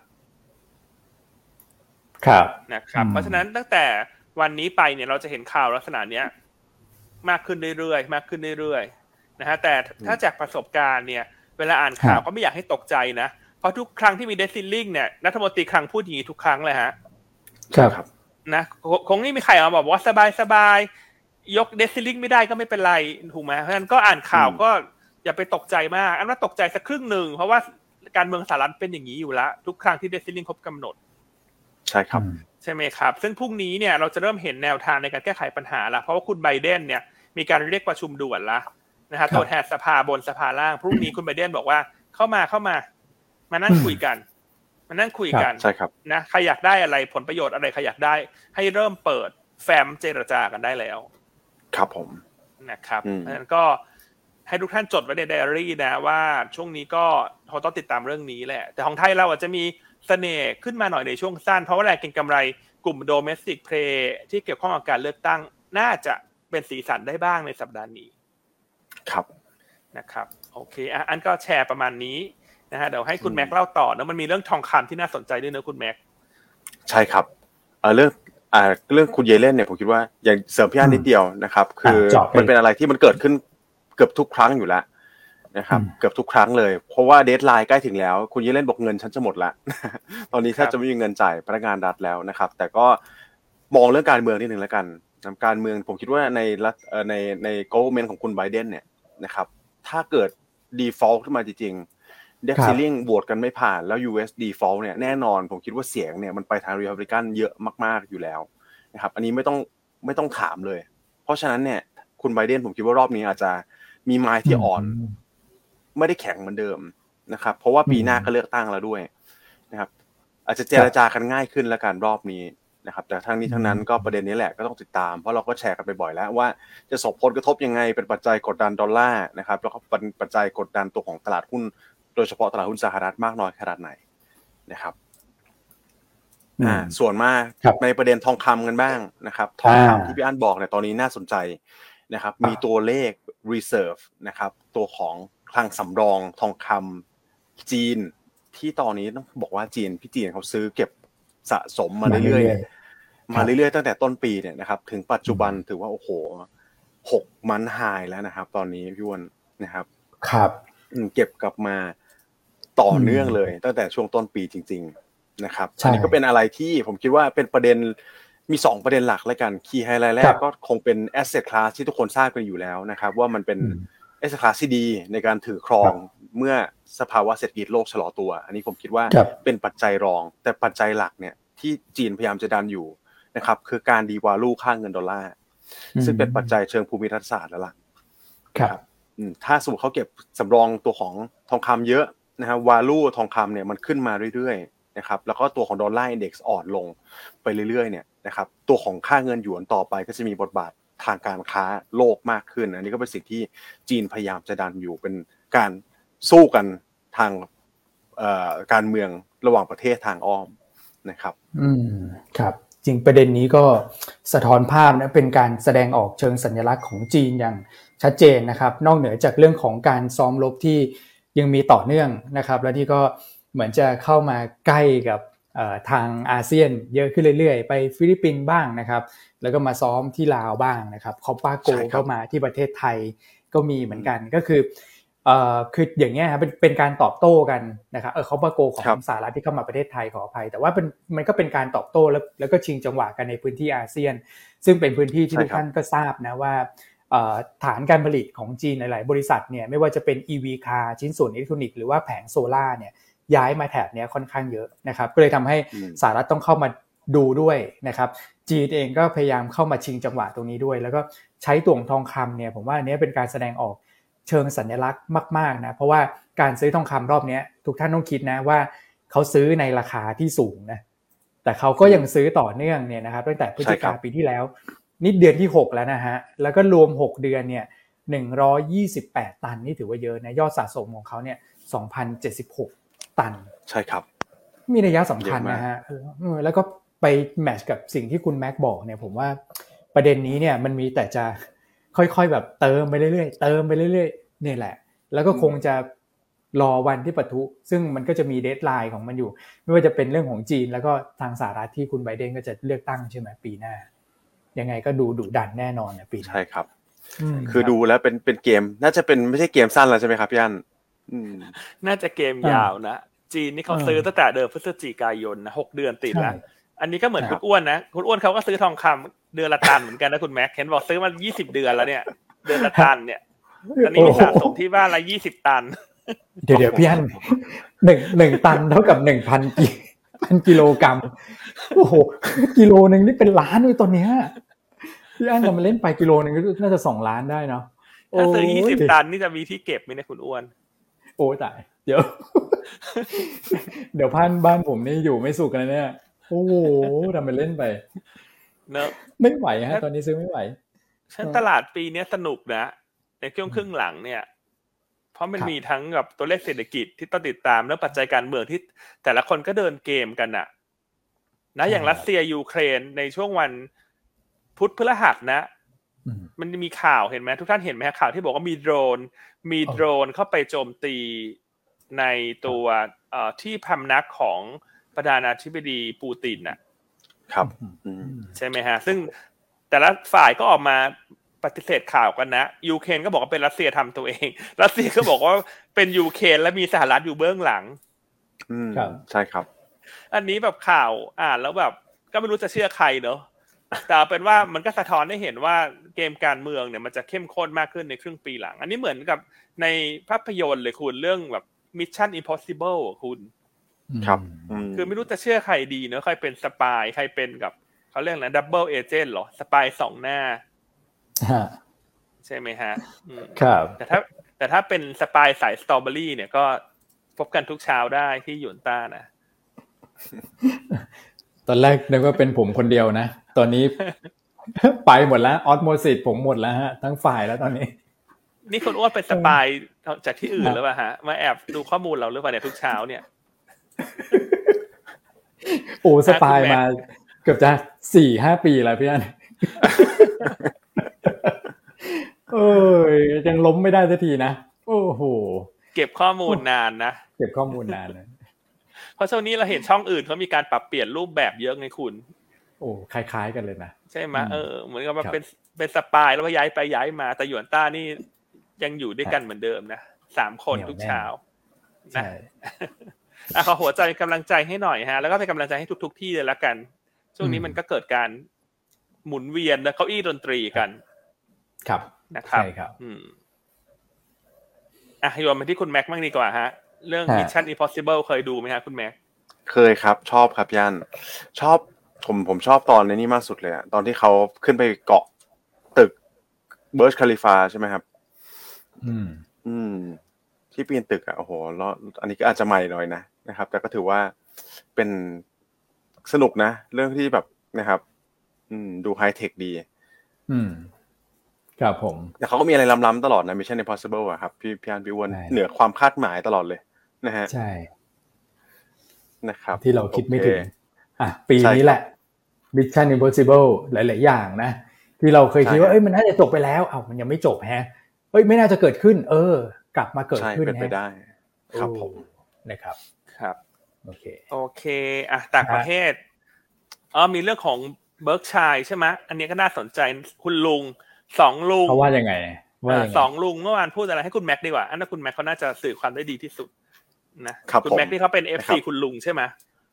ครับ
นะครับเพราะฉะนั้นตั้งแต่วันนี้ไปเนี่ยเราจะเห็นข่าวลักษณะเนี้ยมากขึ้นเรื่อยๆมากขึ้นเรื่อยๆนะฮะแต่ถ้าจากประสบการณ์เนี่ยเวลาอ่านข่าวก็ไม่อยากให้ตกใจนะเพราะทุกครั้งที่มี debt ceiling เนี่ยรัฐมนตรีคลังพูดอย่างนี้ทุกครั้งเลยฮะ
ครับ
นะคงไม่มีใครมาบอกว่าสบายๆยก debt ceiling ไม่ได้ก็ไม่เป็นไรถูกไหมเพราะฉะนั้นก็อ่านข่าวก็อย่าไปตกใจมากอันว่าตกใจสักครึ่งหนึ่งเพราะว่าการเมืองสหรัฐเป็นอย่างนี้อยู่แล้วทุกครั้งที่ debt ceiling ครบกำหนด
ใช่ครับ
ใช่ไหมครับซึ่งพรุ่งนี้เนี่ยเราจะเริ่มเห็นแนวทางในการแก้ไขปัญหาแล้วเพราะว่าคุณไบเดนเนี่ยมีการเรียกประชุมด่วนละนะฮะตัวแทนสภาบนสภาล่างพรุ่งนี้คุณไบเดนบอกว่าเข้ามาเข้ามามานั่งคุยกันมานั่งคุยกัน
ใช่ครับ
นะใครอยากได้อะไรผลประโยชน์อะไรใครอยากได้ให้เริ่มเปิดแฟ้มเจรจากันได้แล้ว
ครับผม
นะครับเพราะฉะนั้นก็ให้ทุกท่านจดไว้ในไดอารี่นะว่าช่วงนี้ก็เราต้องติดตามเรื่องนี้แหละแต่ของไทยเราอาจจะมีเสน่ห์ขึ้นมาหน่อยในช่วงสั้นเพราะว่าแรงเก็งกำไรกลุ่ม domestic play ที่เกี่ยวข้องกับการเลือกตั้งน่าจะเป็นสีสันได้บ้างในสัปดาห์นี้
ครับ
นะครับโอเคอ่ะอันก็แชร์ประมาณนี้นะฮะเดี๋ยวให้คุณแม็กเล่าต่อนะมันมีเรื่องทองคำที่น่าสนใจด้วยนะคุณแม็ก
ใช่ครับเอ่อเรื่องอ่าเรื่องคุณเยเลนเนี่ยผมคิดว่าอย่างเสริมพี่อันนิดเดียวนะครับคือมันเป็นอะไรที่มันเกิดขึ้นเกือบทุกครั้งอยู่แล้วนะครับเกือบทุกครั้งเลยเพราะว่าเดดไลน์ใกล้ถึงแล้วคุณเยเลนบอกเงินฉันจะหมดละตอนนี้แทบจะไม่มีเงินจ่ายพนักงานรัฐแล้วนะครับแต่ก็มองเรื่องการเมืองนิดนึงแล้วกันการเมืองผมคิดว่าในรัฐเอ่อในใน government ของคุณไบเดนเนี่ยนะครับถ้าเกิด default ขึ้นมาจริงๆ debt ceiling โหวตกันไม่ผ่านแล้ว ยู เอส default เนี่ยแน่นอนผมคิดว่าเสียงเนี่ยมันไปทาง Republican เยอะมากๆอยู่แล้วนะครับอันนี้ไม่ต้องไม่ต้องถามเลยเพราะฉะนั้นเนี่ยคุณไบเดนผมคิดว่ารอบนี้อาจจะมีไม้ที่อ่อนไม่ได้แข็งเหมือนเดิมนะครับเพราะว่าปีหน้าก็เลือกตั้งแล้วด้วยนะครับอาจจะเจรจากันง่ายขึ้นแล้วกันรอบนี้นะครับแต่ทั้งนี้ทั้งนั้นก็ประเด็นนี้แหละก็ต้องติดตามเพราะเราก็แชร์กันไปบ่อยแล้วว่าจะส่งผลกระทบยังไงเป็นปัจจัยกดดันดอลลาร์นะครับแล้วก็เป็นปัจจัยกดดันตัวของตลาดหุ้นโดยเฉพาะตลาดหุ้นสหรัฐมากน้อยขนาดไหนนะครับอ่าส่วนมากในประเด็นทองคำกันบ้างนะครับทองคำที่พี่อั้นบอกเนี่ยตอนนี้น่าสนใจนะครับมีตัวเลข reserve นะครับตัวของคลังสำรองทองคำจีนที่ตอนนี้ต้องบอกว่าจีนพี่จีนเขาซื้อเก็บสะสมมาเรื่อยๆมาเรื่อยๆตั้งแต่ต้นปีเนี่ยนะครับถึงปัจจุบันถือว่าโอ้โหหกมันไฮแล้วนะครับตอนนี้พี่อ้วนนะครับ
ครับ
เก็บกลับมาต่อเนื่องเลยตั้งแต่ช่วงต้นปีจริงๆนะครับอันนี้ก็เป็นอะไรที่ผมคิดว่าเป็นประเด็นมีสองประเด็นหลักแล้วกันคีย์ไฮไลท์แรกก็คงเป็น asset class ที่ทุกคนทราบกันอยู่แล้วนะครับว่ามันเป็น asset class ที่ดีในการถือครองเมื่อสภาวะเศรษฐกิจโลกชะลอตัวอันนี้ผมคิดว่าเป็นปัจจัยรองแต่ปัจจัยหลักเนี่ยที่จีนพยายามจะดันอยู่นะครับคือการดีวาลูค่าเงินดอลลาร์ซึ่งเป็นปัจจัยเชิงภูมิรัฐศาสตร์แล้วล่ะ
ครับ
ถ้าสมมติเขาเก็บสำรองตัวของทองคำเยอะนะฮะวาลูทองคำเนี่ยมันขึ้นมาเรื่อยๆนะครับแล้วก็ตัวของดอลลาร์อินเด็กซ์อ่อนลงไปเรื่อยๆเนี่ยนะครับตัวของค่าเงินหยวนต่อไปก็จะมีบทบาททางการค้าโลกมากขึ้นอันนี้ก็เป็นสิ่งที่จีนพยายามจะดันอยู่เป็นการสู้กันทางเอ่อการเมืองระหว่างประเทศทางอ้อมนะครับ
อืมครับจริงประเด็นนี้ก็สะท้อนภาพนะเป็นการแสดงออกเชิงสัญลักษณ์ของจีนอย่างชัดเจนนะครับนอกเหนือจากเรื่องของการซ้อมรบที่ยังมีต่อเนื่องนะครับและที่ก็เหมือนจะเข้ามาใกล้กับทางอาเซียนเยอะขึ้นเรื่อยๆไปฟิลิปปินส์บ้างนะครับแล้วก็มาซ้อมที่ลาวบ้างนะครับคอปปาโกเข้ามาที่ประเทศไทยก็มีเหมือนกันก็คือเอ่อคืออย่างเงี้ยครับเป็นเป็นการตอบโต้กันนะครับเออคอปปาโกของสหรัฐที่เข้ามาประเทศไทยขออภัยแต่ว่าเป็นมันก็เป็นการตอบโต้แล้วแล้วก็ชิงจังหวะกันในพื้นที่อาเซียนซึ่งเป็นพื้นที่ที่ทุกท่านก็ทราบนะว่าฐานการผลิตของจีนหลายๆบริษัทเนี่ยไม่ว่าจะเป็น อี วี car ชิ้นส่วนอิเล็กทรอนิกส์หรือว่าแผงโซล่าเนี่ยย้ายมาแถบนี้ค่อนข้างเยอะนะครับก็เลยทำให้สหรัฐต้องเข้ามาดูด้วยนะครับจีนเองก็พยายามเข้ามาชิงจังหวะตรงนี้ด้วยแล้วก็ใช้ตัวทองคำเนี่ยผมว่าอันนี้เป็นการแสดงออกเชิงสัญลักษณ์มากๆนะเพราะว่าการซื้อทองคำรอบนี้ทุกท่านต้องคิดนะว่าเขาซื้อในราคาที่สูงนะแต่เขาก็ยังซื้อต่อเนื่องเนี่ยนะครับตั้งแต่พฤศจิกายนปีที่แล้วนี่เดือนที่หกแล้วนะฮะแล้วก็รวมหกเดือนเนี่ยหนึ่งร้อยยี่สิบแปดตันนี่ถือว่าเยอะนะยอดสะสมของเขาเนี่ย สองพันเจ็ดสิบหก ตัน
ใช่ครับ
มีนัยสำคัญนะฮะแล้วก็ไปแมทช์กับสิ่งที่คุณแม็กบอกเนี่ยผมว่าประเด็นนี้เนี่ยมันมีแต่จะค่อยๆแบบเติมไปเรื่อยๆเติมไปเรื่อยๆเนี่ยแหละแล้วก็คงจะรอวันที่ปะทุซึ่งมันก็จะมีเดดไลน์ของมันอยู่ไม่ว่าจะเป็นเรื่องของจีนแล้วก็ทางสหรัฐที่คุณไบเดนก็จะเลือกตั้งใช่ไหมปีหน้ายังไงก็ดูดุดันแน่นอนนะปีนี้
ใช่ครับคือดูแล้วเป็นเป็นเกมน่าจะเป็นไม่ใช่เกมสั้นแล้วใช่ไหมครับพี่อั้น
น่าจะเกมยาวนะจีนนี่เขาซื้อตั้งแต่เดือนพฤศจิกายนนะหกเดือนติดแล้วอันนี้ก็เหมือนคุณอ้วนนะคุณอ้วนเขาก็ซื้อทองคำเดือนละตันเหมือนกันนะคุณแม็กเห็นบอกซื้อมายี่สิบเดือนแล้วเนี่ยเดือนละตันเนี่ยตอนนี้มีสะสมที่บ้านละยี่สิบตัน
เดี๋ยวเดี๋ยวพี่อั้นหนึ่งหนึ่งตันเท่ากับหนึ่งพันกิพันกิโลกรัมโอ้โหกิโลนึงนี่เป็นล้านเลยตอนเนี้ยพี่อั้นเรามาเล่นไปกิโลนึงก็น่าจะสองล้านได้เนาะ
ถ้าซื้อยี่สิบตันนี่จะมีที่เก็บไหมเนี่ยคุณอ้วน
โอ้ตายเดี๋ยวเดี๋ยวพันบ้านผมนี่อยู่ไม่สุขกันเนี่ยโอ้โหทำไปเล่นไป
เนอะ
ไม่ไหวฮะตอนนี้ซื้อไม่ไหว
ฉันตลาดปีนี้สนุกนะในช่วงครึ่งหลังเนี่ยเพราะมันมีทั้งกับตัวเลขเศรษฐกิจที่ต้องติดตามแล้วปัจจัยการเมืองที่แต่ละคนก็เดินเกมกันน่ะนะอย่างรัสเซียยูเครนในช่วงวันพุธพฤหัสนะมันมีข่าวเห็นไหมทุกท่านเห็นไหมข่าวที่บอกว่ามีโดรนมีโดรนเข้าไปโจมตีในตัวเอ่อที่พำนักของประธานาธิบดีปูตินน่ะ
ครับ
ใช่ไหมฮะซึ่งแต่ละฝ่ายก็ออกมาปฏิเสธข่าวกันนะยูเครนก็บอกว่าเป็นรัสเซียทำตัวเองรัสเซียก็บอกว่าเป็นยูเครนและมีสหรัฐอยู่เบื้องหลัง
อืมใช่ครับ
อันนี้แบบข่าวอ่านแล้วแบบก็ไม่รู้จะเชื่อใครเนอะแต่เป็นว่ามันก็สะท้อนให้เห็นว่าเกมการเมืองเนี่ยมันจะเข้มข้นมากขึ้นในครึ่งปีหลังอันนี้เหมือนกับในภาพยนตร์เลยคุณเรื่องแบบ Mission Impossible อ่ะคุณ
ครับ
คือไม่รู้จะเชื่อใครดีเนอะใครเป็นสปายใครเป็นกับเขาเรียกอะไรดับเบิลเอเจนต์หรอสปายสองหน้าใช่ไหมฮะ
ครับ
แต่ถ้าแต่ถ้าเป็นสปายสายสตรอเบอรี่เนี่ยก็พบกันทุกเช้าได้ที่หยวนต้านะ
ตอนแรกนึกว่าเป็นผมคนเดียวนะตอนนี้ไปหมดแล้วออสโมซิสผมหมดแล้วฮะทั้งฝ่ายแล้วตอนนี้
นี่คนอ้วนเป็นสปายจากที่อื่นหรือเปล่าฮะมาแอบดูข้อมูลเราหรือเปล่าเนี่ยทุกเช้าเนี่ย
โอ้สปายมาเกือบจะ สี่ห้า ปีแล้วพี่อั้นเอ้ยยังล้มไม่ได้สักทีนะโอ้โห
เก็บข้อมูลนานนะ
เก็บข้อมูลนานนะ
เพราะช่วงนี้เราเห็นช่องอื่นเขามีการปรับเปลี่ยนรูปแบบเยอะไงคุณ
โอ้คล้ายๆกันเลยนะ
ใช่ไหมเออเหมือนกับมันเป็นเป็นสปายแล้วย้ายไปย้ายมาแต่หยวนต้านี่ยังอยู่ด้วยกันเหมือนเดิมนะสามคนทุกเช้านะอ่ะขอหัวใจกำลังใจให้หน่อยฮะแล้วก็เป็นกำลังใจให้ทุกๆที่เลยละกันช่วงนี้มันก็เกิดการหมุนเวียนและเก้าอี้ดนตรีกัน
ครับ
นะครับใช่ครับอืมอ่ะโยนมาที่คุณแม็กซ์บ้างดีกว่าฮะเรื่อง Mission Impossible เคยดูไหมฮะคุณแม็กซ์
เคยครับชอบครับยันชอบผมผมชอบตอนในนี้มากสุดเลยอะตอนที่เขาขึ้นไปเกาะตึกเบิร์จคาลิฟาใช่ไหมครับ
อืม
อืมที่ปีนตึกอ่ะโอ้โหแล้วอันนี้ก็อาจจะใหม่หน่อยนะนะครับแต่ก็ถือว่าเป็นสนุกนะเรื่องที่แบบนะครับอืมดูไฮเทคดี
อืมครับผม
แต่เขาก็มีอะไรล้ำๆตลอดนะ Mission Impossible อ่ะครับพี่พี่อันพี่อ้วนเหนือความคาดหมายตลอดเลยนะฮะ
ใช่
นะครับ
ที่เราคิดไม่ถึงอ่ะปีนี้แหละ Mission Impossible หลายๆอย่างนะที่เราเคยคิดว่าเอ้ยมันน่าจะจบไปแล้วเอ้ามันยังไม่จบแฮะเอ้ยไม่น่าจะเกิดขึ้นเออกลับมาเกิดขึ้น
เป็นไปได้ครับผม
นะครับ
ครับ
โอเค
โอเคอ่ะต่างประเทศอ๋อมีเรื่องของเบิร์กชัยใช่ไหมอันนี้ก็น่าสนใจคุณลุงสองลุง
เขาว่ายังไงว่า
สองลุงเมื่อวานพูดอะไรให้คุณแม็กดีกว่าอันนั้นคุณแม็กเขาน่าจะสื่อความได้ดีที่สุดนะคุณแม็กนี่เขาเป็น เอฟ ซี คุณลุงใช่ไหม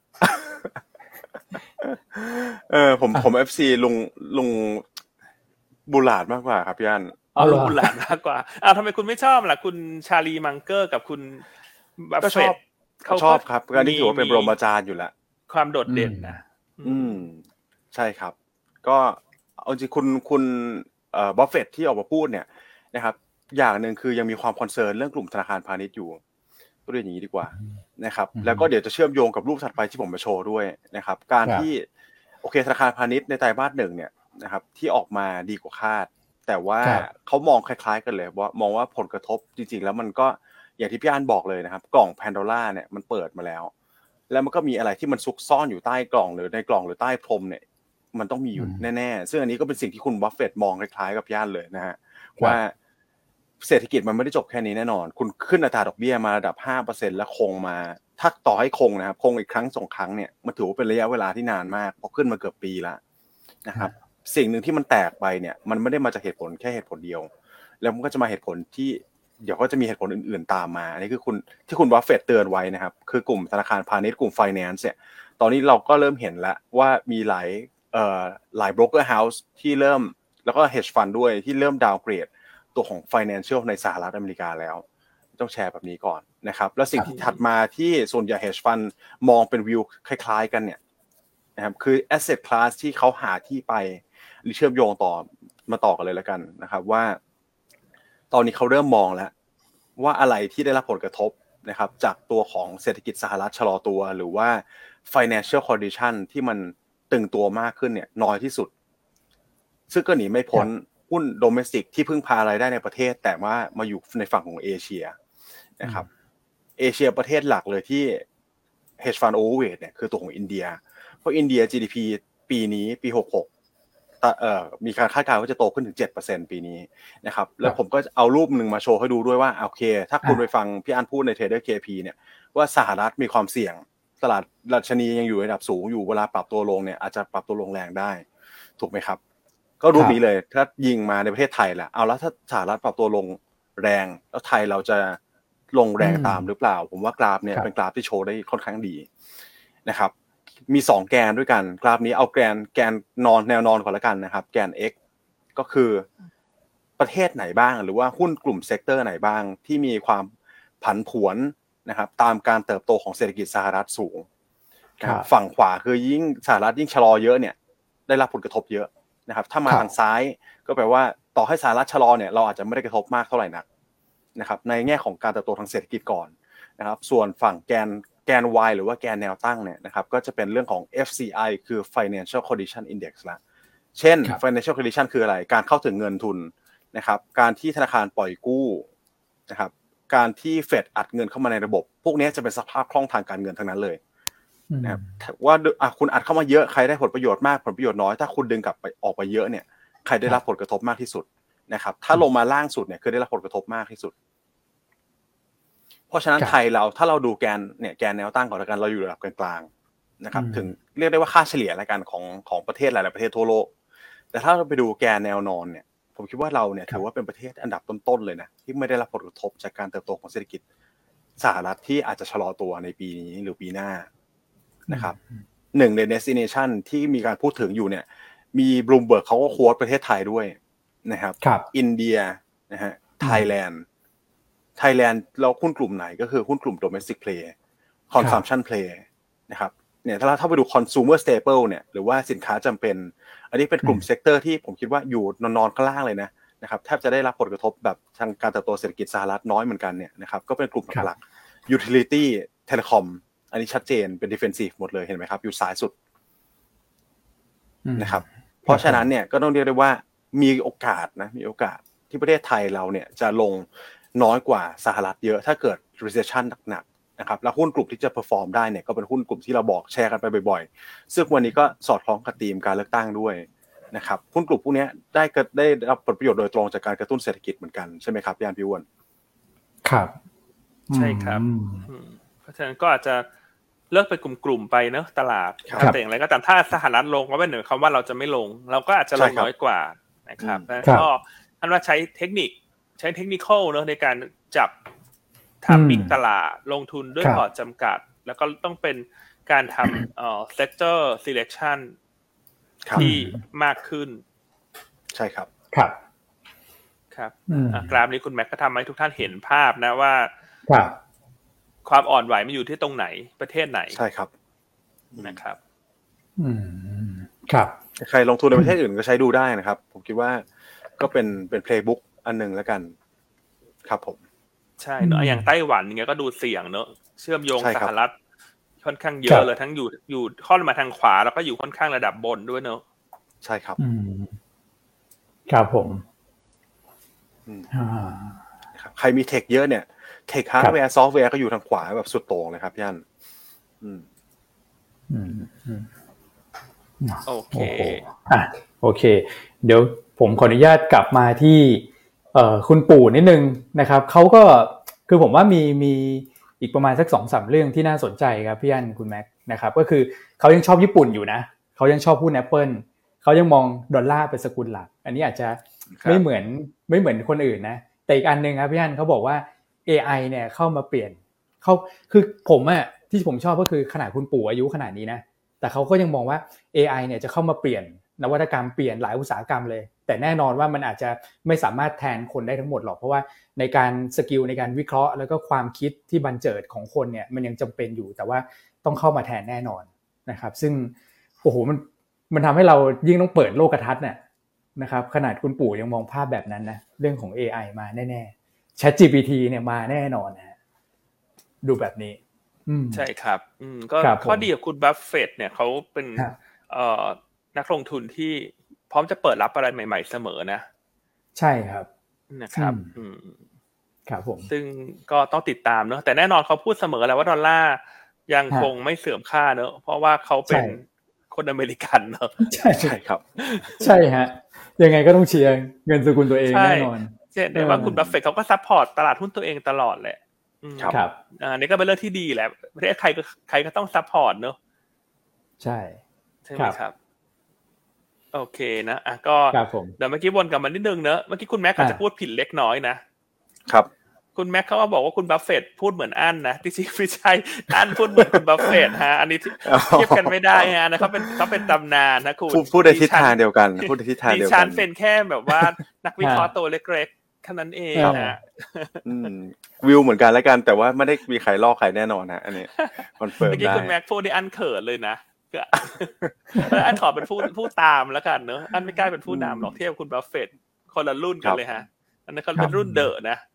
เออผมผม เอฟ ซี ลุงลุงบุหลาดมากกว่าครับพี่อั้น
อ๋อลุงบุหลาดมากกว่าอ้าวทำไมคุณไม่ชอบล่ะคุณชาลีมังเกอร์กับคุณบัฟเฟตต์
เขาชอบครับก็นี่ถือว่าเป็นบรมอาจารย์อยู่แล้ว
ความโดดเด่นนะ
อืมใช่ครับก็เอาจริงคุณคุณเอ่อบัฟเฟตต์ที่ออกมาพูดเนี่ยนะครับอย่างนึงคือยังมีความคอนเซิร์นเรื่องกลุ่มธนาคารพาณิชย์อยู่เรียนอย่างนี้ดีกว่านะครับแล้วก็เดี๋ยวจะเชื่อมโยงกับรูปถัดไปที่ผมมาโชว์ด้วยนะครับการที่โอเคธนาคารพาณิชย์ในไตรมาสหนึ่งเนี่ยนะครับที่ออกมาดีกว่าคาดแต่ว่าเขามองคล้ายๆกันเลยว่ามองว่าผลกระทบจริงๆแล้วมันก็อย่างที่พี่อันบอกเลยนะครับกล่องแพนโดร่าเนี่ยมันเปิดมาแล้วแล้วมันก็มีอะไรที่มันซุกซ่อนอยู่ใต้กล่องหรือในกล่องหรือใต้พรมเนี่ยมันต้องมีอยู่แน่ๆซึ่งอันนี้ก็เป็นสิ่งที่คุณบัฟเฟตต์มองคล้ายๆกับย่านเลยนะฮะว่าเศรษฐกิจมันไม่ได้จบแค่นี้แน่นอนคุณขึ้นอัตราดอกเบี้ยมาระดับ ห้าเปอร์เซ็นต์ แล้วคงมาถ้าต่อให้คงนะครับคงอีกครั้งสองครั้งเนี่ยมันถือว่าเป็นระยะเวลาที่นานมากพอขึ้นมาเกือบปีแล้วนะครับสิ่งหนึ่งที่มันแตกไปเนี่ยมันไม่ได้มาจากเหตุผลแค่เหตุผลเดียวแล้วมันก็จะมาเหตุผลที่เดี๋ยวก็จะมีเหตุผลอื่นๆตามมาอันนี้คือคุณที่คุณบัฟเฟตต์เตือนไว้นะครับคือกลุ่มธนาคารพาณิชย์กลุ่ม finance เนี่ยตอนนี้เราก็เริ่มเห็นแล้วว่ามีหลายเอ่อหลาย broker house ที่เริ่มแล้วก็ hedge fund ด้วยที่เริ่มดาวน์เกรดตัวของ financial ในสหรัฐอเมริกาแล้วต้องแชร์แบบนี้ก่อนนะครับแล้วสิ่งที่ถัดมาที่ส่วนใหญ่ hedge fund มองเป็นวิวคล้ายๆกันเนี่ยนะครับคือ asset class ที่เขาหาที่ไปหรือเชื่อมโยงต่อมาต่อกันเลยแล้วกันนะครับว่าตอนนี้เขาเริ่มมองแล้วว่าอะไรที่ได้รับผลกระทบนะครับจากตัวของเศรษฐกิจสหรัฐชะลอตัวหรือว่า financial condition ที่มันตึงตัวมากขึ้นเนี่ยน้อยที่สุดซึ่งก็หนีไม่พ้นหุ้นโดเมสติกที่พึ่งพารายได้ในประเทศแต่ว่ามาอยู่ในฝั่งของเอเชียนะครับเอเชียประเทศหลักเลยที่ hedge fund overweight เนี่ยคือตัวของอินเดียเพราะอินเดีย จี ดี พี ปีนี้ปีหกหกเอ่อมีการคาดการณ์ว่าจะโตขึ้นถึง เจ็ดเปอร์เซ็นต์ ปีนี้นะครับแล้วผมก็เอารูปนึงมาโชว์ให้ดูด้วยว่าโอเคถ้าคุณไปฟังพี่อันพูดใน Trader เค พี เนี่ยว่าสหรัฐมีความเสี่ยงตลาดดัชนียังอยู่ในระดับสูงอยู่เวลาปรับตัวลงเนี่ยอาจจะปรับตัวลงแรงได้ถูกไหมครับก็รูปนี้เลยถ้ายิงมาในประเทศไทยแหละเอาแล้วถ้าสหรัฐปรับตัวลงแรงแล้วไทยเราจะลงแรงตามหรือเปล่าผมว่ากราฟเนี่ยเป็นกราฟที่โชว์ได้ค่อนข้างดีนะครับมีสองแกนด้วยกันกราฟนี้เอาแกนแกนนอนแนวนอนก่อนละกันนะครับแกน X ก็คือประเทศไหนบ้างหรือว่าหุ้นกลุ่มเซกเตอร์ไหนบ้างที่มีความผันผวนนะครับตามการเติบโตของเศรษฐกิจสหรัฐสูงฝั่งขวาคือยิ่งสหรัฐยิ่งชะลอเยอะเนี่ยได้รับผลกระทบเยอะนะครับถ้ามาทางซ้ายก็แปลว่าต่อให้สหรัฐชะลอเนี่ยเราอาจจะไม่ได้กระทบมากเท่าไหร่นักนะครับในแง่ของการเติบโตทางเศรษฐกิจก่อนนะครับส่วนฝั่งแกนแกน Y หรือว่าแกนแนวตั้งเนี่ยนะครับก็จะเป็นเรื่องของ เอฟ ซี ไอ คือ Financial Condition Index ละเช่น Financial Condition คืออะไรการเข้าถึงเงินทุนนะครับการที่ธนาคารปล่อยกู้นะครับการที่เฟดอัดเงินเข้ามาในระบบพวกนี้จะเป็นสภาพคล่องทางการเงินทั้งนั้นเลยนะครับว่าคุณอัดเข้ามาเยอะใครได้ผลประโยชน์มากผลประโยชน์น้อยถ้าคุณดึงกลับไปออกไปเยอะเนี่ยใครได้รับผลกระทบมากที่สุดนะครับถ้าลงมาล่างสุดเนี่ยคือได้รับผลกระทบมากที่สุดเพราะฉะนั้นไทยเราถ้าเราดูแกนเนี่ยแกนแนวตั้งก่อนแล้วกันเราอยู่ระดับกลางๆนะครับถึงเรียกได้ว่าค่าเฉลี่ยละกันของของประเทศหลายๆประเทศทั่วโลกแต่ถ้าเราไปดูแกนแนวนอนเนี่ยผมคิดว่าเราเนี่ยถือว่าเป็นประเทศอันดับต้นๆเลยนะที่ไม่ได้รับผลกระทบจากการเติบโตของเศรษฐกิจสหรัฐที่อาจจะชะลอตัวในปีนี้หรือปีหน้านะครับหนึ่งใน destination ที่มีการพูดถึงอยู่เนี่ยมี Bloomberg เขาก็โค้ดประเทศไทยด้วยนะครับอินเดียนะฮะไทยแลนด์ไทยแลนด์เราหุ้นกลุ่มไหนก็คือหุ้นกลุ่ม domestic play consumption play นะครับเนี่ยถ้าเราถ้าไปดู consumer staple เนี่ยหรือว่าสินค้าจำเป็นอันนี้เป็นกลุ่มเซกเตอร์ที่ผมคิดว่าอยู่นอนๆข้างล่างเลยนะนะครับแทบจะได้รับผลกระทบแบบทางการเติบโตเศรษฐกิจสหรัฐน้อยเหมือนกันเนี่ยนะครับก็เป็นกลุ่มหลักๆ utility telecom อันนี้ชัดเจนเป็น defensive หมดเลยเห็นไหมครับอยู่ซ้ายสุดนะครับเพราะฉะนั้นเนี่ยก็ต้องเรียกได้ว่ามีโอกาสนะมีโอกาสที่ประเทศไทยเราเนี่ยจะลงน้อยกว่าสหรัฐเยอะถ้าเกิด recession หนักๆนะครับแล้วหุ้นกลุ่มที่จะ perform ได้เนี่ยก็เป็นหุ้นกลุ่มที่เราบอกแชร์กันไปบ่อยๆซึ่งวันนี้ก็สอดคล้องกับธีมการเลือกตั้งด้วยนะครับหุ้นกลุ่มพวกนี้ได้ได้รับผลประโยชน์โดยตรงจากการกระตุ้นเศรษฐกิจเหมือนกันใช่ไหมครับพี่อันพี่อ้วน
ครับ
ใช่ครับเพราะฉะนั้นก็อาจจะเลิกไปกลุ่มๆไปเนอะตลาดแต่อย่างไรก็ตามถ้าสหรัฐลงก็ไม่เหมือนคำว่าเราจะไม่ลงเราก็อาจจะลงน้อยกว่านะครับแล้วก็ท่านว่าใช้เทคนิคใช้เทคนิคเนอะในการจับทำมิ่งตลาดลงทุนด้วยพอร์ตจำกัดแล้วก็ต้องเป็นการทำเอ่อ sector selection ที่มากขึ้น
ใช่ครับ
ครับ
ครับกราฟนี้คุณแม็กก็ทำให้ทุกท่านเห็นภาพนะว่าความอ่อนไหวมันอยู่ที่ตรงไหนประเทศไหน
ใช่ครับ
นะครับ
อืมครับ
ใครลงทุนในประเทศอื่นก็ใช้ดูได้นะครับผมคิดว่าก็เป็นเป็น playbook อันนึงแล้วกันครับผม
ใช่เนอะอย่างไต้หวันอย่างเงี้ยก็ดูเสี่ยงเนอะเชื่อมโยงสหรัฐค่อนข้างเยอะเลยทั้งอยู่อยู่ค่อนมาทางขวาแล้วก็อยู่ค่อนข้างระดับบนด้วยเนอะ
ใช่ครับ
ครับผม
ครับใครมีเทคเยอะเนี่ยเทคฮาร์ดแวร์ซอฟต์แวร์ก็อยู่ทางขวาแบบสุดโต่งเลยครับพี่อันอืม
อืม
โอเค
อ่ะโอเคเดี๋ยวผมขออนุญาตกลับมาที่เอ่อคุณปู่นิดนึงนะครับเขาก็คือผมว่ามีมีอีกประมาณสัก สองถึงสาม เรื่องที่น่าสนใจครับพี่อั้นคุณแม็กนะครับก็คือเขายังชอบญี่ปุ่นอยู่นะเขายังชอบหุ้น Apple เขายังมองดอลลาร์เป็นสกุลหลักอันนี้อาจจะไม่เหมือนไม่เหมือนคนอื่นนะแต่อีกอันนึงครับพี่อั้นเขาบอกว่า เอ ไอ เนี่ยเข้ามาเปลี่ยนเขาคือผมอะที่ผมชอบก็คือขนาดคุณปู่อายุขนาดนี้นะแต่เขาก็ยังมองว่า เอ ไอ เนี่ยจะเข้ามาเปลี่ยนนวัตกรรมเปลี่ยนหลายอุตสาหกรรมเลยแต่แน่นอนว่ามันอาจจะไม่สามารถแทนคนได้ทั้งหมดหรอกเพราะว่าในการสกิลในการวิเคราะห์แล้วก็ความคิดที่บันเจิดของคนเนี่ยมันยังจำเป็นอยู่แต่ว่าต้องเข้ามาแทนแน่นอนนะครับซึ่งโอ้โหมันมันทำให้เรายิ่งต้องเปิดโลกทัศน์เนี่ยนะครับขนาดคุณปู่ยังมองภาพแบบนั้นนะเรื่องของ เอ ไอ มาแน่ๆ ChatGPT เนี่ยมาแน่นอนนะดูแบบนี้
ใช่ครับอืมก็ข้อดีของคุณบัฟเฟตต์เนี่ยเขาเป็นเอ่อนักลงทุนที่พร้อมจะเปิดรับอะไรใหม่ๆเสมอนะ
ใช่ครับ
นะครับอืม
ครับผม
ซึ่งก็ต้องติดตามเนอะแต่แน่นอนเขาพูดเสมอแล้วว่าดอลลาร์ยังคงไม่เสื่อมค่าเนอะเพราะว่าเขาเป็นคนอเมริกันเนอะ
ใช่ใช่ครับใช่ฮะยังไงก็ต้องเชียร์เงินสกุลตัวเองแน่นอน
เช่นว่าคุณบัฟเฟตต์เขาก็ซัพพอร์ตตลาดหุ้นตัวเองตลอดแหละ
ครับ
อ่านี่ก็เป็นเรื่องที่ดีแหละประเทศใครก็ใครก็ต้องซัพพอร์ตเนอะ
ใช่
ใช่ไหมครับโอเคนะอ่ะก็เดี๋ยวเมื่อกี้วนกลับมานิดนึงเนอะเมื่อกี้คุณแม็กอาจจะพูดผิดเล็กน้อยนะครับคุณแม็กเขาก็บอกว่าคุณบัฟเฟตต์พูดเหมือนอั้นนะจริงๆไม่ใช่อั้นพูดเหมือนคุณบัฟเฟตต์ฮะอันนี้เทียบกันไม่ได้ฮะนะเขาเป็นเขาเป็นตำนานนะคุณ
พูดในทิศทางเดียวกันพูดในทิศทางเดียวกันดิ
ฉันเป็นแค่แบบว่านักวิเคราะห์ตัวเล็กๆแค่นั้นเองนะ
วิวเหมือนกันแล้วกันแต่ว่าไม่ได้มีใครลอกใครแน่นอนนะอันนี้คอนเฟิร์มได้
เมื่อกี้คุณแม็กพูดที่อั้นเขินเลยนะอันขอเป็นผู้ผู้ตามแล้วกันเนอะอันไม่กล้าเป็นผู้นำหรอกเทียบคุณบัฟเฟตต์คนละรุ่นกันเลยฮะอันนั้นเขาเป็นรุ่นเดอะนะ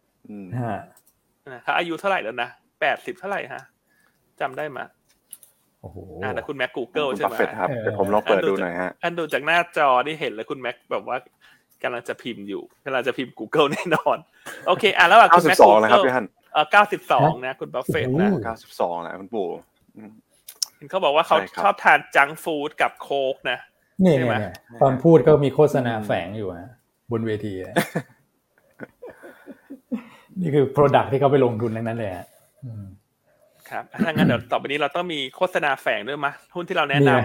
เขาอายุเท่าไหร่แล้วนะแปดสิบเท่าไหร่ฮะจำได้ไหม
โอ้โห
อ่าแต่คุณแม็ก Google ใช่ไหม
ครับเดี๋ยวผมลองเปิดดูหน่อยฮะ
อันดูจากหน้าจอนี่เห็นเลยคุณแม็กแบบว่ากำลังจะพิมพ์อยู่กำลังจะพิมพ์ Google แน่นอนโอเคอ่ะแล้วอ่ะคุณแม็ก
Google นะครับพี่ฮั่น
เอ่อเก้าสิบสองนะคุณบัฟเฟตต์นะ
เก้าสิบสองนะคุณปู่
เขาบอกว่าเขาชอบทานจังก์ฟู้ดกับโค้กนะ
นี่ๆตอนพูดก็มีโฆษณาแฝงอยู่ฮะบนเวทีนี่คือ product ที่เขาไปลงทุนทั้งนั้นเลยฮะ
ครับถ้างั้นเดี๋ยวต่อไปนี้เราต้องมีโฆษณาแฝงด้วยมั้ยหุ้นที่เราแนะน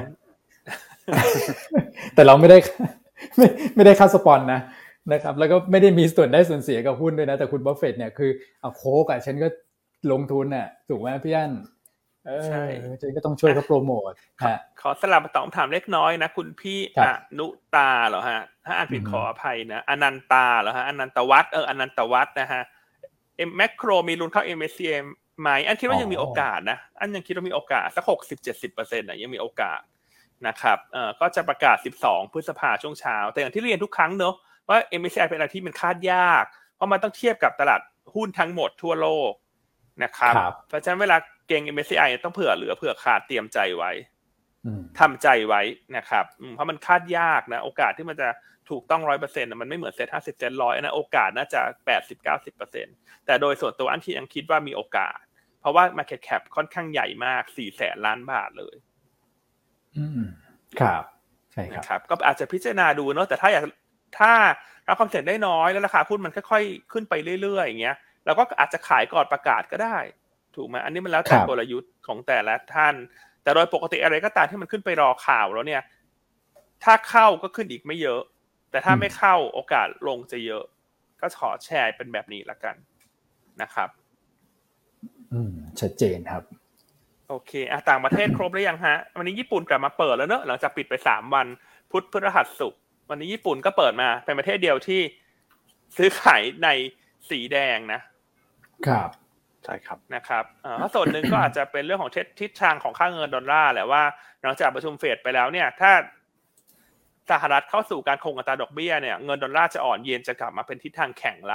ำแต่เราไม่ได้ไม่ไม่ได้ค่าสปอนนะนะครับแล้วก็ไม่ได้มีส่วนได้ส่วนเสียกับหุ้นด้วยนะแต่คุณบัฟเฟตต์เนี่ยคือเอาโค้กอ่ะฉันก็ลงทุนน่ะถูกไหมพี่อั้นเออฉันก็ต้องช่วยเขาโปรโมทฮะ
ขอสลับมาตอบคำถามเล็กน้อยนะคุณพี่อนุตาเหรอฮะถ้าอ่านผิดขออภัยนะอนันตาเหรอฮะอนันตวัฒน์เอออนันตวัฒน์นะฮะเอ็มแมคโครมีลุ้นเข้า เอ็ม เอส ซี เอ็ม ไหมอันคิดว่ายังมีโอกาสนะอันยังคิดว่ามีโอกาสสัก หกสิบถึงเจ็ดสิบเปอร์เซ็นต์ น่ะยังมีโอกาสนะครับเอ่อก็จะประกาศสิบสองพฤษภาคมช่วงเช้าแต่อย่างที่เรียนทุกครั้งเนอะว่า เอ็ม เอส ซี ไอ เป็นอะไรที่มันคาดยากเพราะมันต้องเทียบกับตลาดหุ้นทั้งหมดทั่วโลกนะครับเพราะฉะนั้นเวลาเก็ง เอ็ม เอส ซี ไอ ต้องเผื่อเหลือเผื่อขาดเตรียมใจไว้ทำใจไว้นะครับเพราะมันคาดยากนะโอกาสที่มันจะถูกต้อง ร้อยเปอร์เซ็นต์ มันไม่เหมือนเซ็ตห้าสิบเซ็ตหนึ่งร้อยนะโอกาสน่าจะ แปดสิบถึงเก้าสิบเปอร์เซ็นต์ แต่โดยส่วนตัวอันที่ยังคิดว่ามีโอกาสเพราะว่า market cap ค่อนข้างใหญ่มาก สี่แสนล้านบาทเลย
อืมครับใช่
ครับก็อาจจะพิจารณาดูเนาะแต่ถ้าอยากถ้ารับความเสี่ยงได้น้อยแล้วราคาหุ้นมันค่อยๆขึ้นไปเรื่อยๆอย่างเงี้ยเราก็อาจจะขายก่อนประกาศก็ได้ถูกไหมอันนี้มันแล้วแต่กลยุทธ์ของแต่ละท่านแต่โดยปกติอะไรก็ตามที่มันขึ้นไปรอข่าวแล้วเนี่ยถ้าเข้าก็ขึ้นอีกไม่เยอะแต่ถ้าไม่เข้าโอกาสลงจะเยอะก็ขอแชร์เป็นแบบนี้ละกันนะครับ
อืมชัดเจนครับ
โอเคอ่ะต่างประเทศครบหรือยังฮะวันนี้ญี่ปุ่นกลับมาเปิดแล้วเนอะหลังจากปิดไปสามวันพุธพฤหัสศุกร์วันนี้ญี่ปุ่นก็เปิดมาเป็นประเทศเดียวที่ซื้อขายในสีแดงนะครับ
ใช่ครับ
นะครับอ่าส่วนหนึ่งก็อาจจะเป็นเรื่องของทิศทางของค่าเงินดอลลาร์แหละว่าหลังจากประชุมเฟดไปแล้วเนี่ยถ้าสหรัฐเข้าสู่การคงอัตราดอกเบี้ยเนี่ยเงินดอลลาร์จะอ่อนเยนจะกลับมาเป็นทิศทางแข็งละ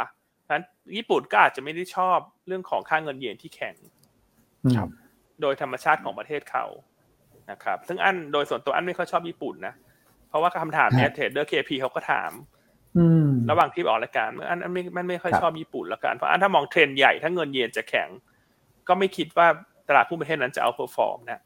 เพราะฉะนั้นญี่ปุ่นก็อาจจะไม่ได้ชอบเรื่องของค่าเงินเยนที่แข็งโดยธรรมชาติของประเทศเขานะครับซึ่งอันโดยส่วนตัวอันไม่ค่อยชอบญี่ปุ่นนะเพราะว่าคำถามเนี้ยเทรดเดอร์ เค พี เขาก็ถามระหว่างที่ออกรายการอันอันไม่มันไม่ค่อยชอบญี่ปุ่นละกันเพราะอันถ้ามองเทรนด์ใหญ่ถ้าเงินเยนจะแข็งก็ไม่คิดว่าตลาดหุ้นประเทศนั้นจะเอาเพอร์ฟอร์มนะ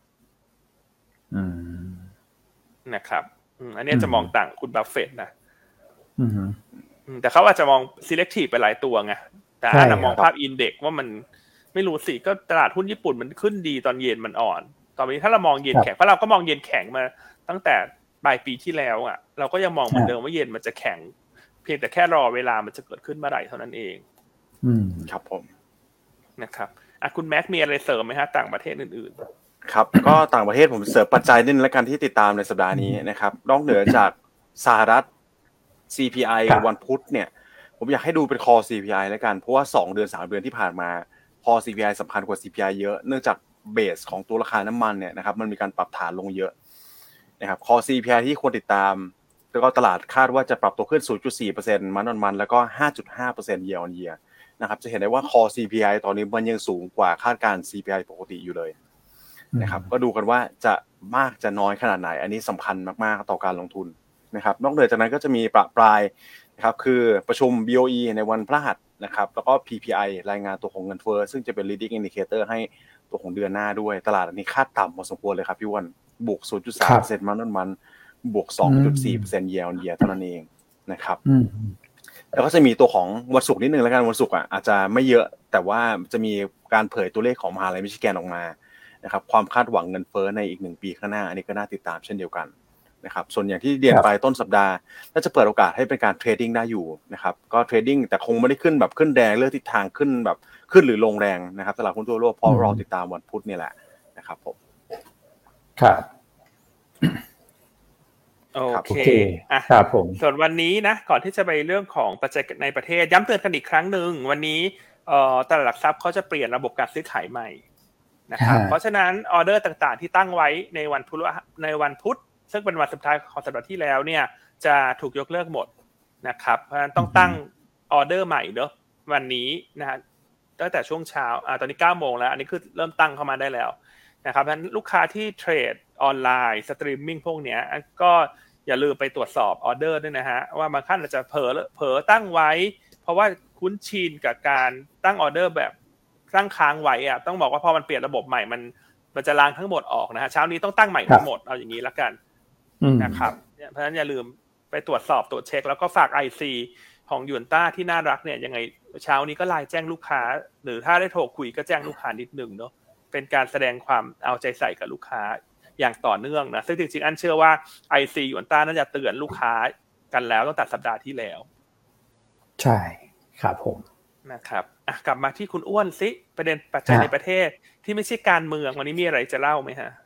นะครับอันนี้จะมองต่างคุณบัฟเฟตต์นะแต่เขาอาจจะมอง selective ไปหลายตัวไงแต่อันน่ะมองภาพ index ว่ามันไม่รู้สิก็ตลาดหุ้นญี่ปุ่นมันขึ้นดีตอนเยนมันอ่อนตอนนี้ถ้าเรามองเยนแข็งเพราะเราก็มองเยนแข็งมาตั้งแต่ปลายปีที่แล้วอ่ะเราก็ยังมองเหมือนเดิมว่าเยนมันจะแข็งเพียงแต่แค่รอเวลามันจะเกิดขึ้นเมื่อไหร่เท่านั้นเอง
อืมครับผม
นะครับอ่ะคุณแม็กมีอะไรเสริมไหมฮะต่างประเทศอื่น
ๆครับก็ต่างประเทศผมเสริมปัจจัยนิดนึงแล้วกันที่ติดตามในสัปดาห์นี้นะครับนอกเหนือจากสหรัฐ ซี พี ไอ วันพุธเนี่ยผมอยากให้ดูเป็น Core ซี พี ไอ แล้วกันเพราะว่าสองเดือนสามเดือนที่ผ่านมาพอ ซี พี ไอ สำคัญกว่า ซี พี ไอ เยอะเนื่องจากเบสของตัวราคาน้ำมันเนี่ยนะครับมันมีการปรับฐานลงเยอะนะครับ Core ซี พี ไอ ที่ควรติดตามแล้วก็ตลาดคาดว่าจะปรับตัวขึ้น ศูนย์จุดสี่เปอร์เซ็นต์ มันออนมันแล้วก็ ห้าจุดห้าเปอร์เซ็นต์ year on year นะครับจะเห็นได้ว่า Core ซี พี ไอ ตอนนี้มันยังสูงกว่าคาดการณ์ ซี พี ไอ ปกติอยู่เลยนะครับก็ดูกันว่าจะมากจะน้อยขนาดไหนอันนี้สำคัญมากๆต่อการลงทุนนะครับนอกเหนือจากนั้นก็จะมีประปรายนะครับคือประชุม บี โอ อี ในวันพฤหัสนะครับแล้วก็ พี พี ไอ รายงานตัวของเงินเฟ้อซึ่งจะเป็น leading indicator ให้ตัวของเดือนหน้าด้วยตลาดอันนี้คาดต่ำพอสมควรเลยครับพี่วันบวก ศูนย์จุดสามเปอร์เซ็นต์ มันมันบวก สองจุดสี่เปอร์เซ็นต์ year on year เท่านั้นเองนะครับแล้วก็จะมีตัวของวันศุกร์นิดนึงแล้วกันวันศุกร์อ่ะอาจจะไม่เยอะแต่ว่าจะมีการเผยตัวเลขของมหาลัยมิชิแกนออกมานะครับความคาดหวังเงินเฟ้อในอีกหนึ่งปีข้างหน้าอันนี้ก็น่าติดตามเช่นเดียวกันนะครับส่วนอย่างที่เรียนไปต้นสัปดาห์น่าจะเปิดโอกาสให้เป็นการเทรดดิ้งได้อยู่นะครับก็เทรดดิ้งแต่คงไม่ได้ขึ้นแบบขึ้นแดงเลือกทิศทางขึ้นแบบขึ้นหรือลงแรงนะครับตลาดหุ้นทั่วโลกเพราะรอติดตามวันพุธนี่แหละนะครับผม
ครับ
โอเคอ่ะ
ครับผม
ส่วนวันนี้นะก่อนที่จะไปเรื่องของปัจจัยในประเทศย้ำเตือนกันอีกครั้งนึงวันนี้เอ่อตลาดหลักทรัพย์เขาจะเปลี่ยนระบบการซื้อขายใหม่นะครับเพราะฉะนั้นออเดอร์ต่างๆที่ตั้งไว้ในวันพุธในวันพุธซึ่งเป็นวันสุดท้ายของสัปดาห์ที่แล้วเนี่ยจะถูกยกเลิกหมดนะครับเพราะฉะนั้นต้องตั้งออเดอร์ใหม่เด้อวันนี้นะฮะตั้งแต่ช่วงเช้าอ่าตอนนี้เก้าโมงแล้วอันนี้คือเริ่มตั้งเข้ามาได้แล้วนะครับเพราะฉะนั้นลูกค้าที่เทรดออนไลน์สตรีมมิ่งพวกเนี้ยก็อย่าลืมไปตรวจสอบออเดอร์ด้วยนะฮะว่าบางท่านอาจจะเผลอเผลอตั้งไว้เพราะว่าคุ้นชินกับการตั้งออเดอร์แบบตั้งค้างไว้อ่ะต้องบอกว่าพอมันเปลี่ยนระบบใหม่มันมันจะล้างทั้งหมดออกนะฮะเช้านี้ต้องตั้งใหม่ทั้งหมดเอาอย่างนี้ละกันนะครับเพราะฉะนั้นอย่าลืมไปตรวจสอบตรวจเช็คแล้วก็ฝาก ไอ ซี ของหยวนต้าที่น่ารักเนี่ยยังไงเช้านี้ก็ไลน์แจ้งลูกค้าหรือถ้าได้โทรคุยก็แจ้งลูกค้านิดนึงเนาะเป็นการแสดงความเอาใจใส่กับลูกค้าอย่างต่อเนื่องนะซึ่งจริงๆอันเชื่อว่า ไอ ซี หยวนต้าน่าจะเตือนลูกค้ากันแล้วตั้งแต่สัปดาห์ที่แล้ว
ใช่ครับผม
นะครับอ่ะกลับมาที่คุณอ้วนสิประเด็นปัจจัยในประเทศที่ไม่ใช่การเมืองวันนี้มีอะไรจะเล่าไหมฮะ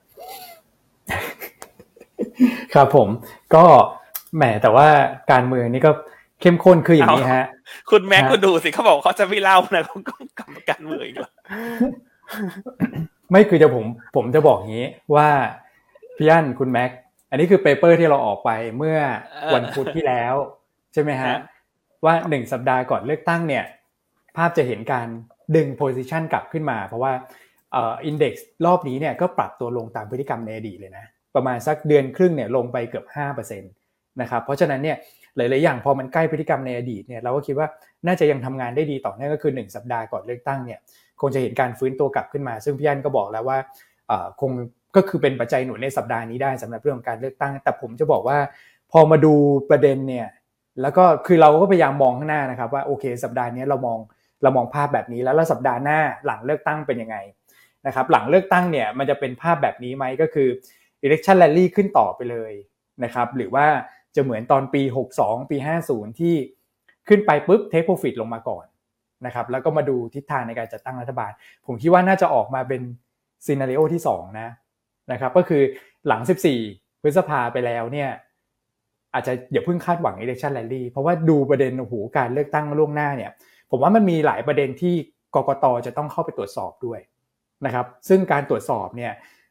ครับผมก็แหมแต่ว่าการเมืองนี่ก็เข้มข้นคืออย่างนี้ฮะ
คุณแม็กก็ดูสิเขาบอกเขาจะไม่เล่านะเขาก็กลับมาการเมืองอีกแล้ว
ไม่คือจะผมผมจะบอกงี้ว่าพี่อั้นคุณแม็กอันนี้คือเปเปอร์ที่เราออกไปเมื่อวันพุธที่แล้วใช่ไหมฮะว่าหนึ่งสัปดาห์ก่อนเลือกตั้งเนี่ยภาพจะเห็นการดึงโพซิชันกลับขึ้นมาเพราะว่าเอ่ออินเด็กซ์รอบนี้เนี่ยก็ปรับตัวลงตามพฤติกรรมในอดีตเลยนะประมาณสักเดือนครึ่งเนี่ยลงไปเกือบ ห้าเปอร์เซ็นต์ นะครับเพราะฉะนั้นเนี่ยหลายๆอย่างพอมันใกล้พฤติกรรมในอดีตเนี่ยเราก็คิดว่าน่าจะยังทำงานได้ดีต่อเนื่องก็คือหนึ่งสัปดาห์ก่อนเลือกตั้งเนี่ยคงจะเห็นการฟื้นตัวกลับขึ้นมาซึ่งพี่อั้นก็บอกแล้วว่าเอ่อคงก็คือเป็นปัจจัยหนุนในสัปดาห์นี้ได้สำหรับเรื่องของการเลือกตั้งแต่ผมจะบอกว่าพอมาดูประเด็นเนี่ยแล้วก็คือเราก็พยายามมองข้างหน้านะครับว่าโอเคสัปดาห์นี้เรามองเรามองภาพแบบนี้แล้วแล้วสัปดาห์หน้าหลังเลือกตั้งเป็นยังไงนะครับหลังเลือกตั้งเนี่ยมันจะเป็นภาพแบบนี้ไหมก็คือ election rally ขึ้นต่อไปเลยนะครับหรือว่าจะเหมือนตอนปีหกสิบสองปีห้าสิบที่ขึ้นไปปุ๊บ take profit ลงมาก่อนนะครับแล้วก็มาดูทิศทางในการจัดตั้งรัฐบาลผมคิดว่าน่าจะออกมาเป็นซีนาริโอที่สองนะนะครับก็คือหลังสิบสี่พฤษภาไปแล้วเนี่ยอาจจะอย่าเพิ่งคาดหวัง election rally เพราะว่าดูประเด็นโอ้โหการเลือกตั้งล่วงหน้าเนี่ยผมว่ามันมีหลายประเด็นที่กกต.จะต้องเข้าไปตรวจสอบด้วยนะครับซึ่งการตรวจสอบเนี่ย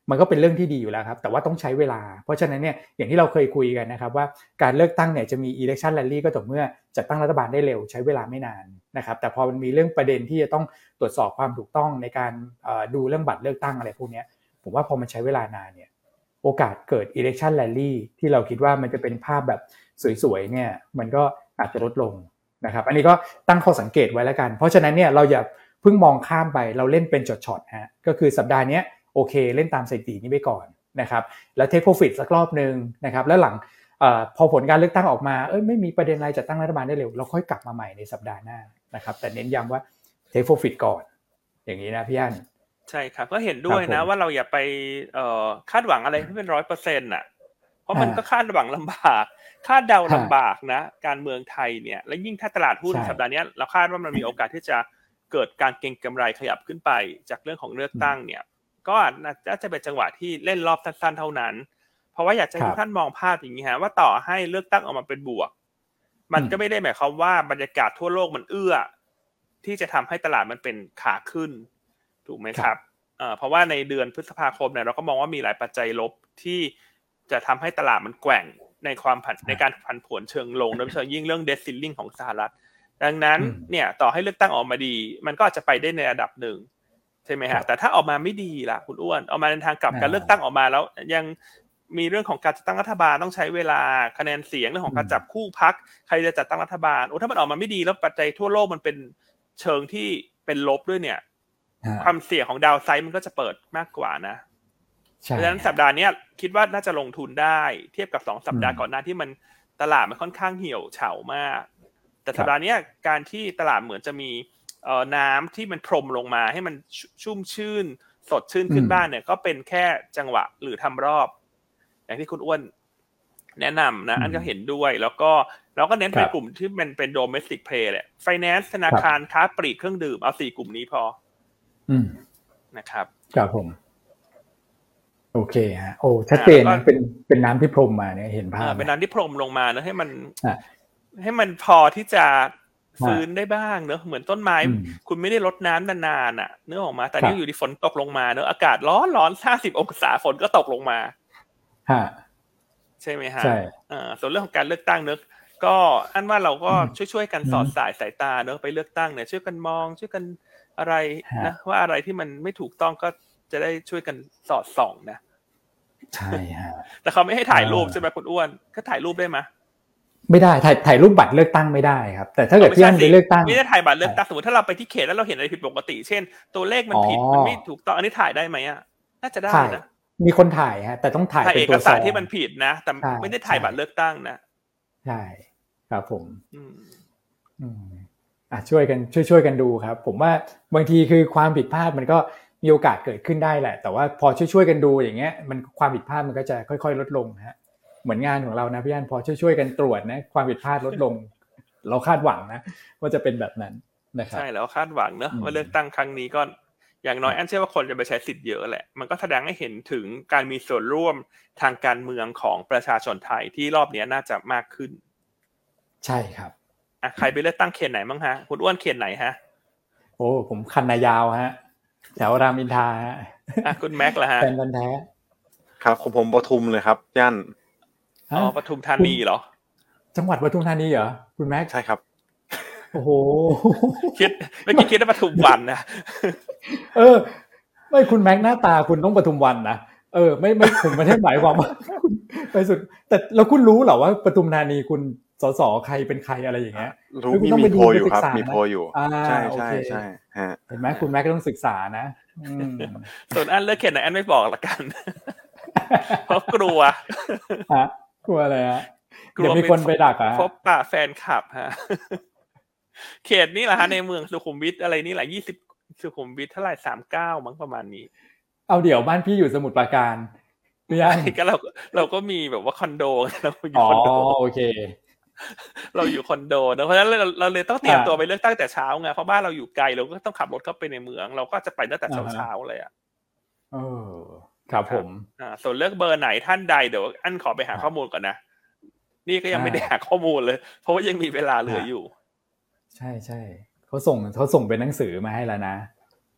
มันก็เป็นเรื่องที่ดีอยู่แล้วครับแต่ว่าต้องใช้เวลาเพราะฉะนั้นเนี่ยอย่างที่เราเคยคุยกันนะครับว่าการเลือกตั้งเนี่ยจะมี election rally ก็ต่อเมื่อจัดตั้งรัฐบาลได้เร็วใช้เวลาไม่นานนะครับแต่พอมันมีเรื่องประเด็นที่จะต้องตรวจสอบความถูกต้องในการดูเรื่องบัตรเลือกตั้งอะไรพวกนี้ผมว่าพอมันใช้เวลานานเนี่ยโอกาสเกิด election rally ที่เราคิดว่ามันจะเป็นภาพแบบสวยๆเนี่ยมันก็อาจจะลดลงนะครับอันนี้ก็ตั้งข้อสังเกตไว้แล้วกันเพราะฉะนั้นเนี่ยเราอย่าเพิ่งมองข้ามไปเราเล่นเป็นช็อตๆฮะก็คือสัปดาห์นี้โอเคเล่นตามสถิตินี้ไปก่อนนะครับแล้วเทคโปรฟิตสักรอบนึงนะครับแล้วหลังเอ่อพอผลการเลือกตั้งออกมาเอ้ยไม่มีประเด็นอะไรจัดตั้งรัฐบาลได้เร็วเราค่อยกลับมาใหม่ในสัปดาห์หน้านะครับแต่เน้นย้ำว่าเทคโปรฟิตก่อนอย่างนี้นะพี่อั้น
ใช่ครับก็เห็นด้วยนะว่าเราอย่าไปเอ่อคาดหวังอะไรที่เป็น ร้อยเปอร์เซ็นต์ น่ะเพราะมันก็คาดหวังลำบากคาดเดาลำบากนะการเมืองไทยเนี่ยและยิ่งถ้าตลาดหุ้นสัปดาห์นี้เราคาดว่ามันมีโอกาสที่จะเกิดการเก็งกำไรขยับขึ้นไปจากเรื่องของเลือกตั้งเนี่ยก็น่าจะเป็นจังหวะที่เล่นรอบสั้นๆเท่านั้นเพราะว่าอยากจะให้ทุกท่านมองภาพอย่างนี้ฮะว่าต่อให้เลือกตั้งออกมาเป็นบวกมันก็ไม่ได้หมายความว่าบรรยากาศทั่วโลกมันเอื้อที่จะทำให้ตลาดมันเป็นขาขึ้นถูกไหมครับเอ่อเพราะว่าในเดือนพฤษภาคมเนี่ยเราก็มองว่ามีหลายปัจจัยลบที่จะทำให้ตลาดมันแกว่งในความผันในการผันผวนเชิงลงโดยเฉพาะยิ่งเรื่อง debt ceiling ของสหรัฐดังนั้นเนี่ยต่อให้เลือกตั้งออกมาดีมันก็อาจจะไปได้ในระดับหนึ่งใช่ไหมฮะแต่ถ้าออกมาไม่ดีล่ะคุณอ้วนออกมาในทางกลับการเลือกตั้งออกมาแล้วยังมีเรื่องของการจัดตั้งรัฐบาลต้องใช้เวลาคะแนนเสียงเรื่องของการจับคู่พรรคใครจะจัดตั้งรัฐบาลโอ้ถ้ามันออกมาไม่ดีแล้วปัจจัยทั่วโลกมันเป็นเชิงที่เป็นลบด้วยเนี่ยความเสี่ยงของดาวไซด์มันก็จะเปิดมากกว่านะเพราะฉะนั้นสัปดาห์นี้คิดว่าน่าจะลงทุนได้เทียบกับสองสัปดาห์ก่อนหน้าที่มันตลาดมันค่อนข้างเหี่ยวเฉามากแต่สัปดาห์นี้การที่ตลาดเหมือนจะมีเอ่อน้ำที่มันพรมลงมาให้มันชุ่มชื่นสดชื่นขึ้นบ้างเนี่ยก็เป็นแค่จังหวะหรือทำรอบอย่างที่คุณอ้วนแนะนำนะอันก็เห็นด้วยแล้วก็เราก็เน้นไปกลุ่มที่มันเป็น domestic play แหละ finance ธนาคารค้าปลีกเครื่องดื่มเอาสี่กลุ่มนี้พอนะครับ
ครับผมโอเคฮะโอ้ชัดเจนนะเป็นเป็นน้ำที่พรมมาเนี่ยเห็นภาพ
เป็นน้ำที่พรมลงมานะให้มันให้มันพอที่จะฟื้นได้บ้างเนอะเหมือนต้นไม้คุณไม่ได้รดน้ำนานๆอ่ะเนื้อออกมาแต่นี่อยู่ดีฝนตกลงมาเนอะอากาศร้อนร้อนห้าสิบองศาฝนก็ตกลงมา
ฮะ
ใช่ไหมฮะใช่ส่วนเรื่องของการเลือกตั้งเนอะก็อันว่าเราก็ช่วยๆกันสอดสายสายตาเนอะไปเลือกตั้งเนี่ยช่วยกันมองช่วยกันอะไรนะว่าอะไรที่มันไม่ถูกต้องก็จะได้ช่วยกันสอดส่องนะ
ใช่ฮะ
แต่เขาไม่ให้ถ่ายรูปใช่ไหมคุณอ้วนก็ถ่ายรูปได้ไหม
ไม่ได้ถ่ายถ่ายรูปบัตรเลือกตั้งไม่ได้ครับแต่ถ้าเกิดพี่อันไปเลือกตั้ง
ไม่ได้ถ่ายบัตรเลือกตั้งสมมติถ้าเราไปที่เขตแล้วเราเห็นอะไรผิดปกติเช่นตัวเลขมันผิดมันไม่ถูกต้องอันนี้ถ่ายได้ไหมอ่ะน่าจะได้นะ
มีคนถ่ายฮะแต่ต้องถ่าย
เป็นตัวเอกสารที่มันผิดนะแต่ไม่ได้ถ่ายบัตรเลือกตั้งนะ
ใช่ครับผมอืมอืมอ่ะช่วยกันช่วยช่วยกันดูครับผมว่าบางทีคือความผิดพลาดมันก็มีโอกาสเกิดขึ้นได้แหละแต่ว่าพอช่วยๆกันดูอย่างเงี้ยมันความผิดพลาดมันก็จะค่อยๆลดลงฮะเหมือนงานของเรานะพี่อันพอช่วยๆกันตรวจนะความผิดพลาดลดลงเราคาดหวังนะว่าจะเป็นแบบนั้นนะครับ
ใช่แล้วคาดหวังเนอะว่าเลือกตั้งครั้งนี้ก็อย่างน้อยอันเชื่อว่าคนจะไปใช้สิทธิ์เยอะแหละมันก็แสดงให้เห็นถึงการมีส่วนร่วมทางการเมืองของประชาชนไทยที่รอบนี้น่าจะมากขึ้น
ใช่ครับ
อ่ะใครไปเลือกตั้งเขตไหนบ้างฮะคุณอ้วนเขตไหนฮะ
โอ้ผมคันนายาวฮะแถวรามอินทราฮะ
อ่ะคุณแม็กล่ะฮะ
เป็นบันแท้
ครับของผมปทุมเลยครับย่าน
อ๋อปทุมธานีเหรอ
จังหวัดปทุมธานีเหรอคุณแม็ก
ใช่ครับ
โอ้โห
คิดเมื่อกี้คิดว่าปทุมวันนะ
เออไม่คุณแม็กหน้าตาคุณต้องปทุมวันนะเออไม่ไม่ผมไม่ได้หมายความว่าคุณไปสุดแต่แล้วคุณรู้เหรอว่าปทุมธานีคุณสสใครเป็นใครอะไรอย่างเงี้ย
รู้มีมีโพอยู่ครับมีโพอยู่ใช่ใช่ใช่ฮะ
เห็นไหมคุณแม็กก็ต้องศึกษานะ
ส่วนอันเลือกเขตไหนอันไม่บอกละกันเพราะกลัว
ฮะกลัวอะไรฮะเดี๋ยวมีคนไปดักอ่ะ
พบปะแฟนคลับฮะเขตนี้แหละฮะในเมืองสุขุมวิทอะไรนี่แหละยี่สิบสุขุมวิทเท่าไหร่สามสิบเก้ามั้งประมาณนี้
เอาเดี๋ยวบ้านพี่อยู่สมุทรปราการ
ไม่ใช่ก็เราเราก็มีแบบว่าคอนโดเราอยู่คอนโด
อ๋อโอเค
เราอยู่คอนโดนะเพราะฉะนั้นเราเราเลยต้องเตรียมตัวไปเลือกตั้งแต่เช้าไงเพราะบ้านเราอยู่ไกลเราก็ต้องขับรถเข้าไปในเมืองเราก็จะไปตั้งแต่เช้าๆเลยอ่ะ
เออครับผม
อ่าส่วนเลือกเบอร์ไหนท่านใดเดี๋ยวอันขอไปหาข้อมูลก่อนนะนี่ก็ยังไม่ได้หาข้อมูลเลยเพราะว่ายังมีเวลาเหลืออยู่
ใช่ใช่เขาส่งเขาส่งเป็นหนังสือมาให้แล้วนะ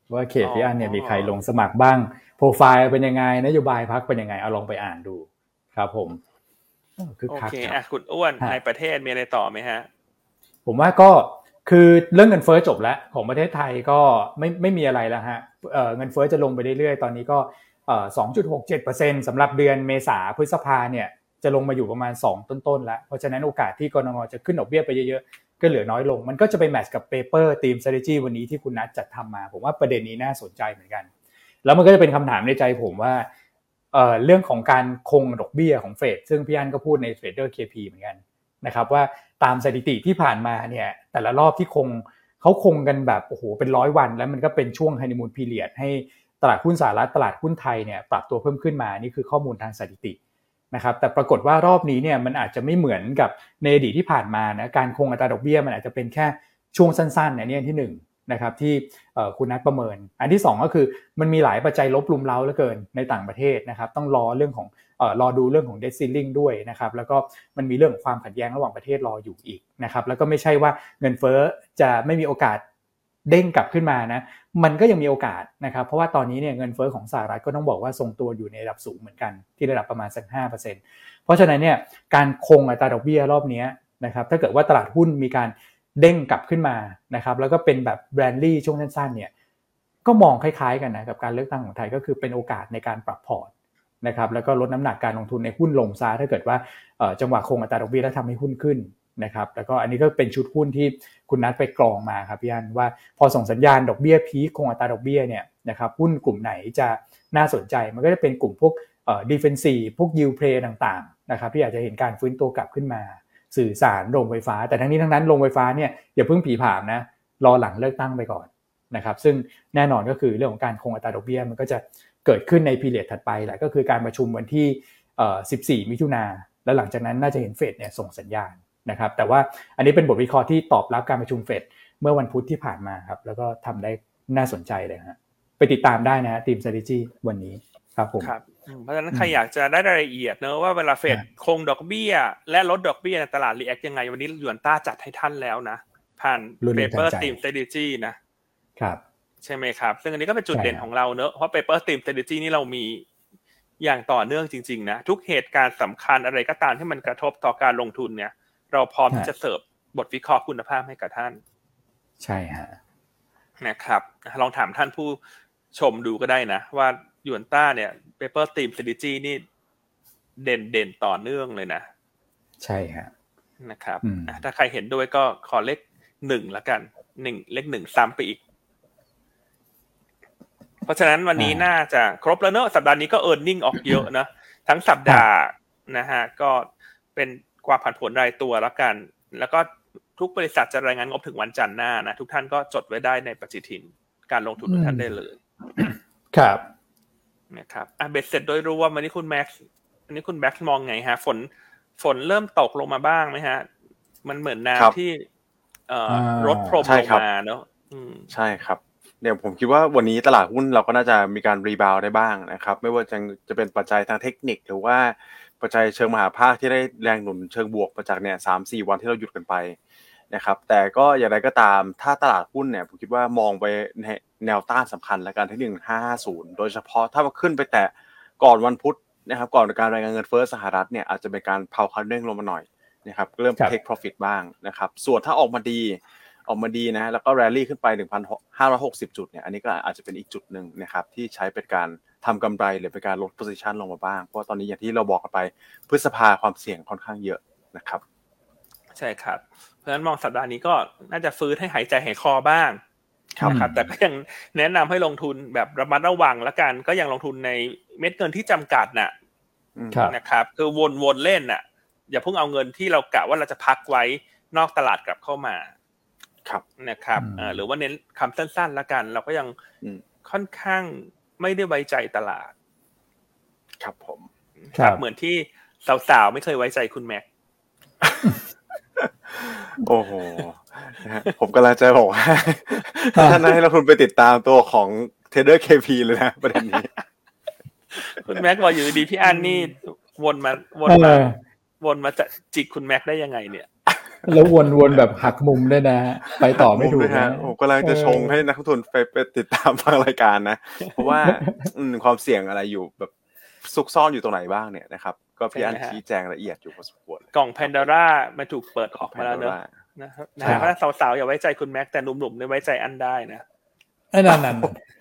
ว่าเขตพี่อั้นเนี่ยมีใครลงสมัครบ้างโปรไฟล์เป็นยังไงนโยบายพรรคเป็นยังไงเอาลองไปอ่านดูครับผม
โอเคอ่ะคุณอ้วนในประเทศมีอะไรต่อไหมฮะ
ผมว่าก็คือเรื่องเงินเฟ้อจบแล้วของประเทศไทยก็ไม่ไม่มีอะไรแล้วฮะเอ่อเงินเฟ้อจะลงไปเรื่อยๆตอนนี้ก็เอ่อ สองจุดหกเจ็ดเปอร์เซ็นต์ สำหรับเดือนเมษาพฤษภาเนี่ยจะลงมาอยู่ประมาณสองต้นๆแล้วเพราะฉะนั้นโอกาสที่กนงจะขึ้นดอกเบี้ยไปเยอะๆก็เหลือน้อยลงมันก็จะไปแมทช์กับเปเปอร์ทีม strategy วันนี้ที่คุณนัทจัดทำมาผมว่าประเด็นนี้น่าสนใจเหมือนกันแล้วมันก็จะเป็นคำถามในใจผมว่าเอ่อเรื่องของการคงดอกเบี้ยของเฟดซึ่งพี่อั้นก็พูดใน Trader เค พี เหมือนกันนะครับว่าตามสถิติที่ผ่านมาเนี่ยแต่ละรอบที่คงเขาคงกันแบบโอ้โหเป็นร้อยวันแล้วมันก็เป็นช่วงฮันนีมูนพีเรียดให้ตลาดหุ้นสหรัฐตลาดหุ้นไทยเนี่ยปรับตัวเพิ่มขึ้นมานี่คือข้อมูลทางสถิตินะครับแต่ปรากฏว่ารอบนี้เนี่ยมันอาจจะไม่เหมือนกับในอดีตที่ผ่านมานะการคงอัตราดอกเบี้ยมันอาจจะเป็นแค่ช่วงสั้นๆเนี่ยนี่ที่หนึ่งนะครับที่คุณนัทประเมินอันที่สองก็คือมันมีหลายปัจจัยลบรุมเร้าเหลือเกินในต่างประเทศนะครับต้องรอเรื่องของเอ่อรอดูเรื่องของ debt ceiling ด้วยนะครับแล้วก็มันมีเรื่องของความขัดแย้งระหว่างประเทศรออยู่อีกนะครับแล้วก็ไม่ใช่ว่าเงินเฟ้อจะไม่มีโอกาสเด้งกลับขึ้นมานะมันก็ยังมีโอกาสนะครับเพราะว่าตอนนี้เนี่ยเงินเฟ้อของสหรัฐก็ต้องบอกว่าทรงตัวอยู่ในระดับสูงเหมือนกันที่ระดับประมาณสัก ห้าเปอร์เซ็นต์ เพราะฉะนั้นเนี่ยการคงอัตราดอกเบี้ยรอบนี้นะครับถ้าเกิดว่าตลาดหุ้นมีการเด้งกลับขึ้นมานะครับแล้วก็เป็นแบบแบรนลี่ช่วงสั้นๆเนี่ยก็มองคล้ายๆกันนะกับการเลือกตั้งของไทยก็คือเป็นโอกาสในการปรับพอร์ตนะครับแล้วก็ลดน้ำหนักการลงทุนในหุ้นลงซะถ้าเกิดว่าจังหวะคงอัตราดอกเบี้ยแล้วทำให้หุ้นขึ้นนะครับแล้วก็อันนี้ก็เป็นชุดหุ้นที่คุณนัทไปกรองมาครับพี่อั้นว่าพอส่งสัญญาณดอกเบี้ยพีคคงอัตราดอกเบี้ยเนี่ยนะครับหุ้นกลุ่มไหนจะน่าสนใจมันก็จะเป็นกลุ่มพวกเอ่อ defensive พวก yield play ต่างๆนะครับที่อาจจะเห็นการฟื้นตัวกลับขึ้นมาสื่อสารโรงไฟฟ้าแต่ทั้งนี้ทั้งนั้นโรงไฟฟ้าเนี่ยอย่าเพิ่งผีผามนะรอหลังเลือกตั้งไปก่อนนะครับซึ่งแน่นอนก็คือเรื่องของการคงอัตราดอกเบี้ยมันก็จะเกิดขึ้นในพีเรียดถัดไปแหละก็คือการประชุมวันที่เอ่อสิบสี่มิถุนายนแล้วหลังจากนั้นน่าจะเห็นเฟดเนี่ยส่งสัญญาณนะครับแต่ว่าอันนี้เป็นบทวิเคราะห์ที่ตอบรับการประชุมเฟดเมื่อวันพุธที่ผ่านมาครับแล้วก็ทำได้น่าสนใจเลยฮะไปติดตามได้นะทีม strategy วันนี้ครับผม
ครับเพราะฉะนั้นใครอยากจะได้รายละเอียดเนอะว่าเวลาเฟดคงดอกเบี้ยและลดดอกเบี้ยในตลาดรีแอคยังไงวันนี้หยวนต้าจัดให้ท่านแล้วนะผ่าน Paper Team Strategy นะครับใช่ไหมครับซึ่งอันนี้ก็เป็นจุดเด่นของเราเนอะเพราะ Paper Team Strategy นี่เรามีอย่างต่อเนื่องจริงๆนะทุกเหตุการณ์สำคัญอะไรก็ตามที่มันกระทบต่อการลงทุนเนี่ยเราพร้อมที่จะเสิร์ฟบทวิเคราะห์คุณภาพให้กับท่าน
ใช่ฮะ
นะครับลองถามท่านผู้ชมดูก็ได้นะว่าหยวนต้าเนี่ย Paper Team Strategy นี่เด่นเด่นต่อเนื่องเลยนะ
ใช่ฮะ
นะครับถ้าใครเห็นด้วยก็ขอเลขหนึ่งละกันหนึ่งเลขหนึ่งซ้ำไปอีกเพราะฉะนั้นวันนี้น่าจะครบแล้วเนอะสัปดาห์นี้ก็ earning ออกเยอะนะทั้งสัปดาห์นะฮะก็เป็นความผันผวนรายตัวละกันแล้วก็ทุกบริษัทจะรายงานงบถึงวันจันทร์หน้านะทุกท่านก็จดไว้ได้ในปฏิทินการลงทุนทุกท่านได้เลย
ครับ
นะครับอ่ะเบ็ดเสร็จโดยรวมวันนี้คุณแม็กซ์วันนี้คุณแม็กซ์มองไงฮะฝนฝนเริ่มตกลงมาบ้างไหมฮะมันเหมือนน้ำที่เอ่อรถพรมลงมาเนอะ
ใช่ครับเดี๋ยวผมคิดว่าวันนี้ตลาดหุ้นเราก็น่าจะมีการรีบาวด์ได้บ้างนะครับไม่ว่าจะจะเป็นปัจจัยทางเทคนิคหรือว่าปัจจัยเชิงมหาภาคที่ได้แรงหนุนเชิงบวกมาจากเนี่ย สามสี่ วันที่เราหยุดกันไปนะครับแต่ก็อย่างไรก็ตามถ้าตลาดหุ้นเนี่ยผมคิดว่ามองไปแนวต้านสำคัญและกันที่หนึ่งพันห้าร้อยห้าสิบโดยเฉพาะถ้ามันขึ้นไปแต่ก่อนวันพุธนะครับก่อนการรายงานเงินเฟ้อสหรัฐเนี่ยอาจจะเป็นการเผาคันเร่งลงมาหน่อยนะครับเริ่ม take profit บ้างนะครับส่วนถ้าออกมาดีออกมาดีนะแล้วก็แรลลี่ขึ้นไป หนึ่งพันห้าร้อยหกสิบ จุดเนี่ยอันนี้ก็อาจจะเป็นอีกจุดนึงนะครับที่ใช้เป็นการทำกำไรหรือเป็นการลด position ลงมาบ้างเพราะตอนนี้อย่างที่เราบอกกันไปพฤษภาความเสี่ยงค่อนข้างเยอะนะครับ
ใช่ครับเพราะฉะนั้นมองสัปดาห์นี้ก็น่าจะฟื้นให้หายใจหายคอบ้างนะครับแต่ก็ยังแนะนำให้ลงทุนแบบระมัดระวังละกันก็ยังลงทุนในเม็ดเงินที่จำกัดน่ะนะครับคือวนๆเล่นน่ะอย่าเพิ่งเอาเงินที่เรากะว่าเราจะพักไว้นอกตลาดกลับเข้ามา
ครับ
นะครับหรือว่าเน้นคำสั้นๆละกันเราก็ยังค่อนข้างไม่ได้ไว้ใจตลาด
ครับผม
ครับเหมือนที่สาวๆไม่เคยไว้ใจคุณแม็ก
โอ้โหผมกำลังจะบอกว่าท่านให้เราคุณไปติดตามตัวของ Trader เค พี เลยนะประเด็นนี้
คุณแม็กบอกอยู่ดีพี่อันนี่วนมาวนมาวนมาจะจิกคุณแม็กได้ยังไงเนี่ย
แล้ววนๆแบบหักมุมด้วยนะไปต่อไม่ถูกนะ
ผมกำลังจะชงให้นักลงทุนไปไปติดตามฟังรายการนะเพราะว่าความเสี่ยงอะไรอยู่แบบซุกซ่อนอยู่ตรงไหนบ้างเนี่ยนะครับก็พี่อันชี้แจงละเอียดอยู่พอสมควร
กล่องแพนดอร่ามันถูกเปิดออกมาแล้วเนอะนะครับนะเพราะสาวๆอย่าไว้ใจคุณแม็กแต่หนุ่มๆเนี่ยไว้ใจอันได้นะ
ไอ้นั่นนั่น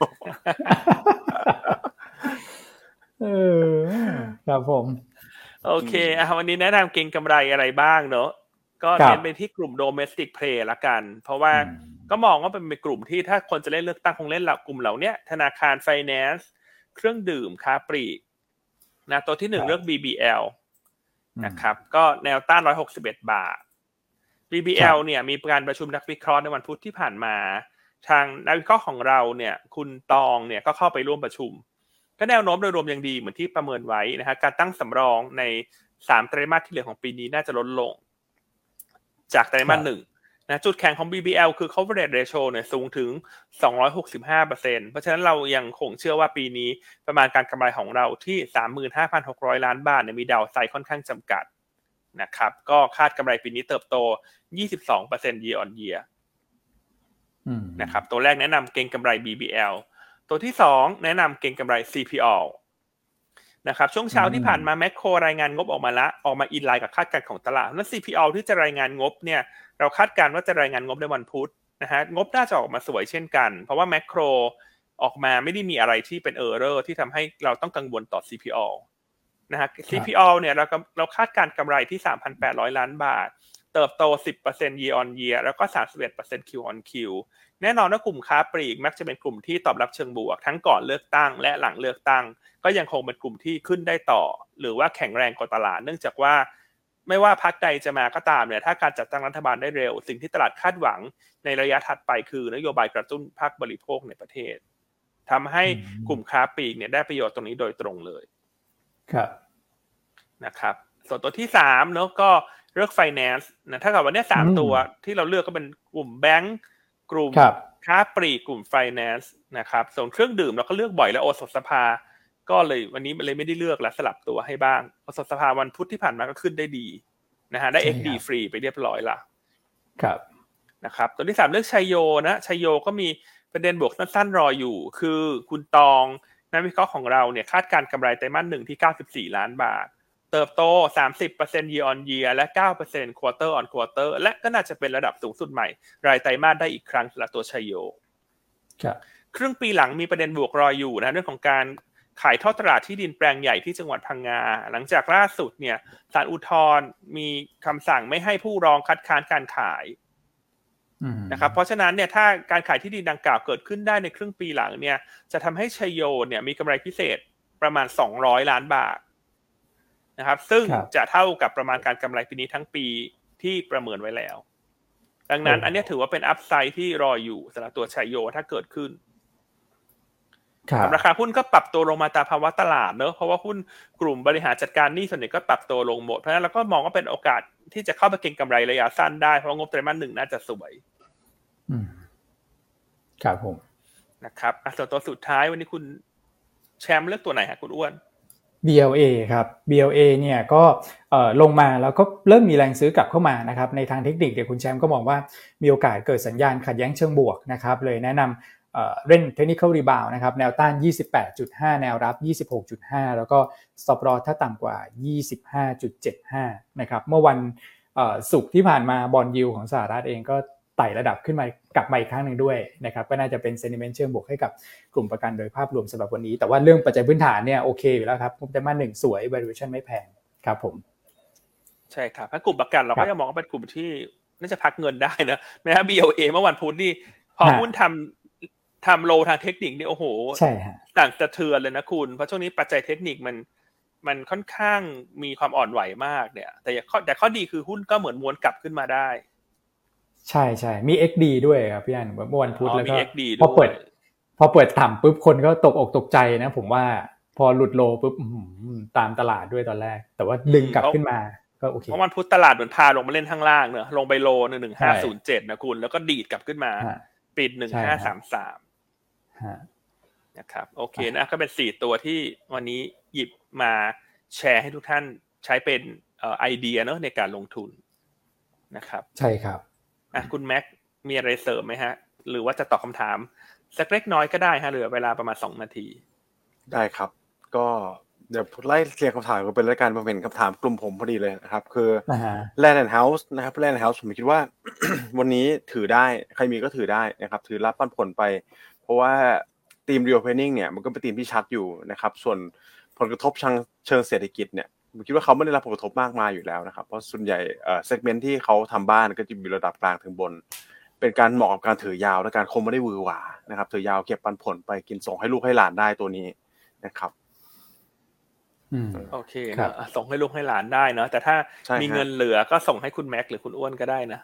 เออครับผม
โอเคอ่ะวันนี้แนะนำเก็งกำไรอะไรบ้างเนอะก็เน้นไปที่กลุ่ม domestic play ละกันเพราะว่าก็มองว่าเป็นกลุ่มที่ถ้าคนจะเล่นเลือกตั้งคงเล่นหลักกลุ่มเหล่านี้ธนาคาร finance เครื่องดื่มค้าปลีกนะตัวที่หนึ่งเลือก บี บี แอล นะครับก็แนวต้านหนึ่งร้อยหกสิบเอ็ดบาท บี บี แอล เนี่ยมีการประชุมนักวิเคราะห์ในวันพุธที่ผ่านมาทางนักวิเคราะห์ของเราเนี่ยคุณตองเนี่ยก็เข้าไปร่วมประชุมก็แนวโน้มโดยรวมยังดีเหมือนที่ประเมินไว้นะฮะการตั้งสำรองในสามไตรมาสที่เหลือของปีนี้น่าจะลดลงจากไตรมาสหนึ่งนะจุดแข็งของ บี บี แอล คือ coverage ratio เนี่ยสูงถึง สองร้อยหกสิบห้าเปอร์เซ็นต์ เพราะฉะนั้นเรายังคงเชื่อว่าปีนี้ประมาณการกำไรของเราที่ สามหมื่นห้าพันหกร้อย ล้านบาทเนี่ยมีดาวไซด์ค่อนข้างจำกัดนะครับก็คาดกำไรปีนี้เติบโต ยี่สิบสองเปอร์เซ็นต์ year on year นะครับตัวแรกแนะนำเก็งกำไร บี บี แอล ตัวที่สองแนะนำเก็งกำไร ซี พี โอ นะครับช่วงเช้าที่ผ่านมาแมคโครรายงานงบออกมาละออกมาอินไลน์กับคาดการณ์ของตลาดแล้ว ซี พี โอ ที่จะรายงานงบเนี่ยเราคาดการณ์ว่าจะรายงานงบในวันพุธนะฮะงบน่าจะออกมาสวยเช่นกันเพราะว่าแมคโครออกมาไม่ได้มีอะไรที่เป็นเออร์เรอร์ที่ทำให้เราต้องกังวลต่อ ซี พี โอ นะฮะ ซี พี โอ เนี่ยเราเราคาดการณ์กำไรที่ สามพันแปดร้อย ล้านบาทเติบโต สิบเปอร์เซ็นต์ year on year แล้วก็ สามสิบเอ็ดเปอร์เซ็นต์ Q on Q แน่นอนว่ากลุ่มค้าปลีกมักจะเป็นกลุ่มที่ตอบรับเชิงบวกทั้งก่อนเลือกตั้งและหลังเลือกตั้งก็ยังคงเป็นกลุ่มที่ขึ้นได้ต่อหรือว่าแข็งแรงกว่าตลาดเนื่องจากว่าไม่ว่าพรรคใดจะมาก็ตามเนี่ยถ้าการจัดตั้งรัฐบาลได้เร็วสิ่งที่ตลาดคาดหวังในระยะถัดไปคือนโยบายกระตุ้นภาคบริโภคในประเทศทำให้กลุ่มค้าปลีกเนี่ยได้ประโยชน์ตรงนี้โดยตรงเลย
ครับ
นะครับส่วนตัวที่สามเนาะก็เลือก finance นะถ้าเกิดวันนี้สามตัวที่เราเลือกก็เป็นกลุ่มแบงก์กลุ่มค้าปลีกกลุ่ม finance นะครับส่วนเครื่องดื่มเราก็เลือกบ่อยแล้วโอสถสภาก็เลยวันนี้เลยไม่ได้เลือกและสลับตัวให้บ้างโอสถสภาวันพุธที่ผ่านมาก็ขึ้นได้ดีนะฮะได้ เอ็กซ์ ดี ฟรีไปเรียบร้อยละ
ครับ
นะครับตัวที่สามเลือกชัยโยนะชัยโยก็มีประเด็นบวกสั้นๆรออยู่คือคุณตองนักวิเคราะห์ของเราเนี่ยคาดการกำไรไตรมาสหนึ่งที่เก้าสิบสี่ล้านบาทเติบโต สามสิบเปอร์เซ็นต์ year on year และ เก้าเปอร์เซ็นต์ quarter on quarter และก็น่าจะเป็นระดับสูงสุดใหม่รายไตรมาสได้อีกครั้งสำหรับตัวชัยโย
ครับ
ครึ่งปีหลังมีประเด็นบวกรออยู่นะเรื่องของการขายทอดตลาดที่ดินแปลงใหญ่ที่จังหวัดพังงาหลังจากล่าสุดเนี่ยศาลอุทธรณ์มีคำสั่งไม่ให้ผู้ร้องคัดค้านการขายนะครับเพราะฉะนั้นเนี่ยถ้าการขายที่ดินดังกล่าวเกิดขึ้นได้ในครึ่งปีหลังเนี่ยจะทำให้ชัยโยเนี่ยมีกำไรพิเศษประมาณสองร้อยล้านบาทนะครับซึ่งจะเท่ากับประมาณการกำไรปีนี้ทั้งปีที่ประเมินไว้แล้วดังนั้นอันนี้ถือว่าเป็นอัพไซด์ที่รออยู่สำหรับตัวชัยโยถ้าเกิดขึ้นราคาหุ้นก็ปรับตัวลงมาตามภาวะตลาดเนอะเพราะว่าหุ้นกลุ่มบริหารจัดการหนี้ส่วนใหญ่ก็ปรับตัวลงหมดเพราะฉะนั้นเราก็มองว่าเป็นโอกาสที่จะเข้าไปเก็งกำไรระยะสั้นได้เพราะงบไตรมาสหนึ่งน่าจะสวย
ครับผม
นะครับส่วนตัวสุดท้ายวันนี้คุณแชมป์เลือกตัวไหนฮะคุณอ้วน
บี แอล เอ ครับ บี แอล เอ เนี่ยก็เอ่อลงมาแล้วก็เริ่มมีแรงซื้อกลับเข้ามานะครับในทางเทคนิคเดี๋ยวคุณแชมป์ก็มองว่ามีโอกาสเกิดสัญญาณขัดแย้งเชิงบวกนะครับเลยแนะนำเอ่อเล่น Technical Rebound นะครับแนวต้าน ยี่สิบแปดจุดห้า แนวรับ ยี่สิบหกจุดห้า แล้วก็ Stop Loss ถ้าต่ำกว่า ยี่สิบห้าจุดเจ็ดห้า นะครับเมื่อวันเอ่อศุกร์ที่ผ่านมาบอนด์ยิลด์ของสหรัฐเองก็ไต่ระดับขึ้นมากลับมาอีกครั้งนึงด้วยนะครับก็น่าจะเป็น sentiment เชิงบวกให้กับกลุ่มประกันโดยภาพรวมสำหรับวันนี้แต่ว่าเรื่องปัจจัยพื้นฐานเนี่ยโอเคอยู่แล้วครับงบไตรมาสหนึ่งสวย valuation ไม่แพงครับผม
ใช่ครับถ้ากลุ่มประกันเราก็ยังมองว่าเป็นกลุ่มที่น่าจะพักเงินได้นะแม้ว่า บี แอล เอ เมื่อวันพุธนี่พอหุ้นทำทำโลทางเทคนิคนี่โอ้โห
ใช่ฮะ
สั่นสะเทือนเลยนะคุณเพราะช่วงนี้ปัจจัยเทคนิคมันมันค่อนข้างมีความอ่อนไหวมากเนี่ยแต่ข้อแต่ข้อดีคือหุ้นก็เหมือนม้วนกลับขึ้นมาได้
ใช่ๆมี เอ็กซ์ ดี ด้วยครับพี่อันเมื่อวันพุธแล้วก็
พอ
เปิดพอเปิดต่ำปุ๊บคนก็ตกอกตกใจนะผมว่าพอหลุดโลปุ๊บตามตลาดด้วยตอนแรกแต่ว่าดึงกลับขึ้นมาก็โอเค
เพราะวันพุธตลาดเหมือนพาลงมาเล่นข้างล่างเนอะลงไปโลหนึ่งพันห้าร้อยเจ็ดนะคุณแล้วก็ดีดกลับขึ้นมาปิดหนึ่งพันห้าร้อยสามสิบสามนะครับโอเคนะก็เป็นสี่ตัวที่วันนี้หยิบมาแชร์ให้ทุกท่านใช้เป็นเอ่อไอเดียเนอะในการลงทุนนะครับ
ใช่ครับ
อ่ะคุณแม็กมีอะไรเสริมไหมฮะหรือว่าจะตอบคำถามสักเล็กน้อยก็ได้ฮะเหลือเวลาประมาณสองนาที
ได้ครับก็เดี๋ยวไล่เรียงคำถามกันเป็นรายการมาเป็นคำถามกลุ่มผมพอดีเลยนะครับคือ Land and House นะครับ Land and House ผมคิดว่า วันนี้ถือได้ใครมีก็ถือได้นะครับถือรับปันผลไปเพราะว่าทีม Reopening เนี่ยมันก็เป็นทีมที่ชัดอยู่นะครับส่วนผลกระทบเชิงเชิงเศรษฐกิจเนี่ยผมคิดว่าเขาไม่ได้รับผลกระทบมากมายอยู่แล้วนะครับเพราะส่วนใหญ่เอ่อเซกเมนต์ที่เขาทำบ้านก็จะมีระดับกลางถึงบนเป็นการเหมาะกับการถือยาวและการคงไม่ได้หวือหวานะครับถือยาวเก็บปันผลไปกินส่งให้ลูกให้หลานได้ตัวนี้นะครับ
โอเคนะส่งให้ลูกให้หลานได้เนาะแต่ถ้ามีเงินเหลือก็ส่งให้คุณแม็กหรือคุณอ้วนก็ได้นะ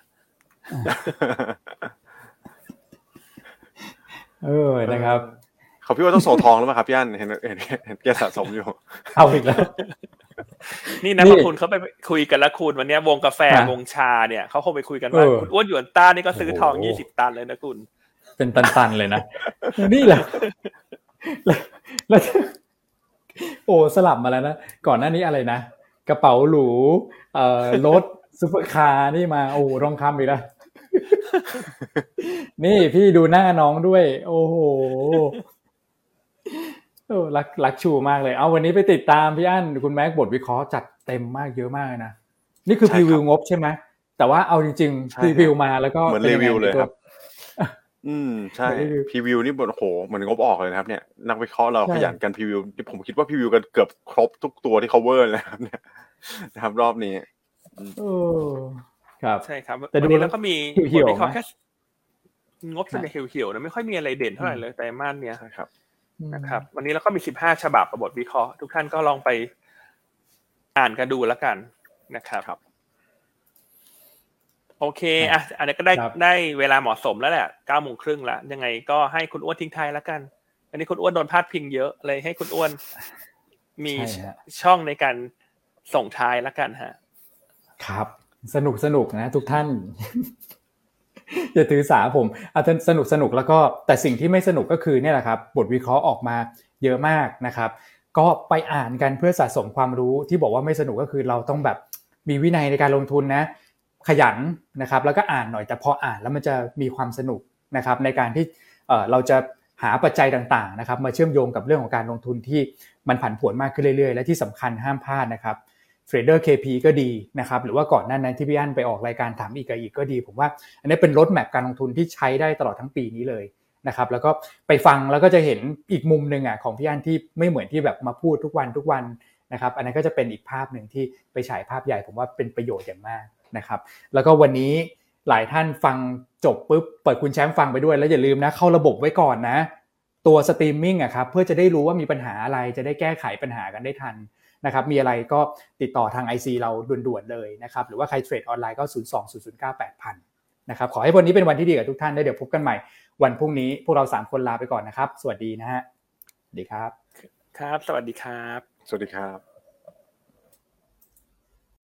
เออนะครับ
เขาพี่ว่าต้องส่งทองแล้วมั้ยครับพี่อั้นเห็นเห็นเห็นแกสะสมอยู่
เอาอีกแล้ว
นี่นะพอคุณเขาไปคุยกันแล้วคุณวันนี้วงกาแฟวงชาเนี่ยเขาคงไปคุยกันว่าคุณอ้วนหยวนต้านี่ก็ซื้อทองยี่สิบตันเลยนะคุณ
เป็นตันๆเลยนะนี่แหละแล้วโอ้สลับมาแล้วนะก่อนหน้านี้อะไรนะกระเป๋าหรูเอ่อรถซุปเปอร์คาร์นี่มาโอ้ทองคำอีกแล้วนี่พี่ดูหน้าน้องด้วยโอ้โหโอ้รักรักชูมากเลยเอาวันนี้ไปติดตามพี่อั้นคุณแม็กบทวิเคราะห์จัดเต็มมากเยอะมากนะนี่คือพรีวิวงบใช่ไหมแต่ว่าเอาจริงๆพรีวิวมาแล้วก็
เหมือนรีวิวเลยครับอืมใช่พรีวิวนี่บทโหเหมือนงบออกเลยนะครับเนี่ยนักวิเคราะห์เราขยันกันพรีวิวที่ผมคิดว่าพรีวิวกันเกือบครบทุกตัวที่ cover เลยครับเนี่ยนะครับรอบนี้
โอ้ครับ
ใช่ครับแต่ดูแล้วก็มีบทวิเคราะห์แค่งบเป็นเหี่ยวๆนะไม่ค่อยมีอะไรเด่นเท่าไหร่เลยไตรมาสเนี้ย
ครับ
นะครับวันนี้เราก็มีสิบห้าฉบับบทวิเคราะห์ทุกท่านก็ลองไปอ่านกันดูแล้วกันนะครับโอเคอ่ะอันนี้ก็ได้ได้เวลาเหมาะสมแล้วแหละเก้าโมงครึ่งแล้วยังไงก็ให้คุณอ้วนทิ้งท้ายแล้วกันอันนี้คุณอ้วนโดนพาดพิงเยอะเลยให้คุณอ้วนมีช่องในการส่งท้ายแล้วกันฮะ
ครับสนุกสนุกนะทุกท่านอย่าถือสาผมอาจจะสนุกสนุกแล้วก็แต่สิ่งที่ไม่สนุกก็คือเนี่ยแหละครับบทวิเคราะห์ออกมาเยอะมากนะครับก็ไปอ่านกันเพื่อสะสมความรู้ที่บอกว่าไม่สนุกก็คือเราต้องแบบมีวินัยในการลงทุนนะขยันนะครับแล้วก็อ่านหน่อยแต่พออ่านแล้วมันจะมีความสนุกนะครับในการที่เอ่อเราจะหาปัจจัยต่างๆนะครับมาเชื่อมโยงกับเรื่องของการลงทุนที่มันผันผวนมากขึ้นเรื่อยๆและที่สำคัญห้ามพลาดนะครับ Trader เค พี ก็ดีนะครับหรือว่าก่อนหน้านั้นที่พี่อั้นไปออกรายการถามอีกกับอีกก็ดีผมว่าอันนี้เป็นโรดแมปการลงทุนที่ใช้ได้ตลอดทั้งปีนี้เลยนะครับแล้วก็ไปฟังแล้วก็จะเห็นอีกมุมนึงอ่ะของพี่อั้นที่ไม่เหมือนที่แบบมาพูดทุกวันทุกวันนะครับอันนั้นก็จะเป็นอีกภาพนึงที่ไปฉายภาพใหญ่ผมว่าเป็นประโยชน์อย่างมากนะครับแล้วก็วันนี้หลายท่านฟังจบปุ๊บเปิดคุณแชมป์ฟังไปด้วยแล้วอย่าลืมนะเข้าระบบไว้ก่อนนะตัวสตรีมมิ่งอ่ะครับเพื่อจะได้รู้ว่ามีปัญหาอะไรจะได้แก้ไขปัญหากันได้ทันนะครับมีอะไรก็ติดต่อทาง ไอ ซี เราด่วนๆเลยนะครับหรือว่าใครเทรดออนไลน์ก็ศูนย์ สอง ศูนย์ ศูนย์ เก้า แปด ศูนย์ ศูนย์นะครับขอให้วันนี้เป็นวันที่ดีกับทุกท่านได้เดี๋ยวพบกันใหม่วันพรุ่งนี้พวกเราสามคนลาไปก่อนนะครับสวัสดีนะฮะสวัสดีครับ
ครับสวัสดีครับ
สวัสดีครับ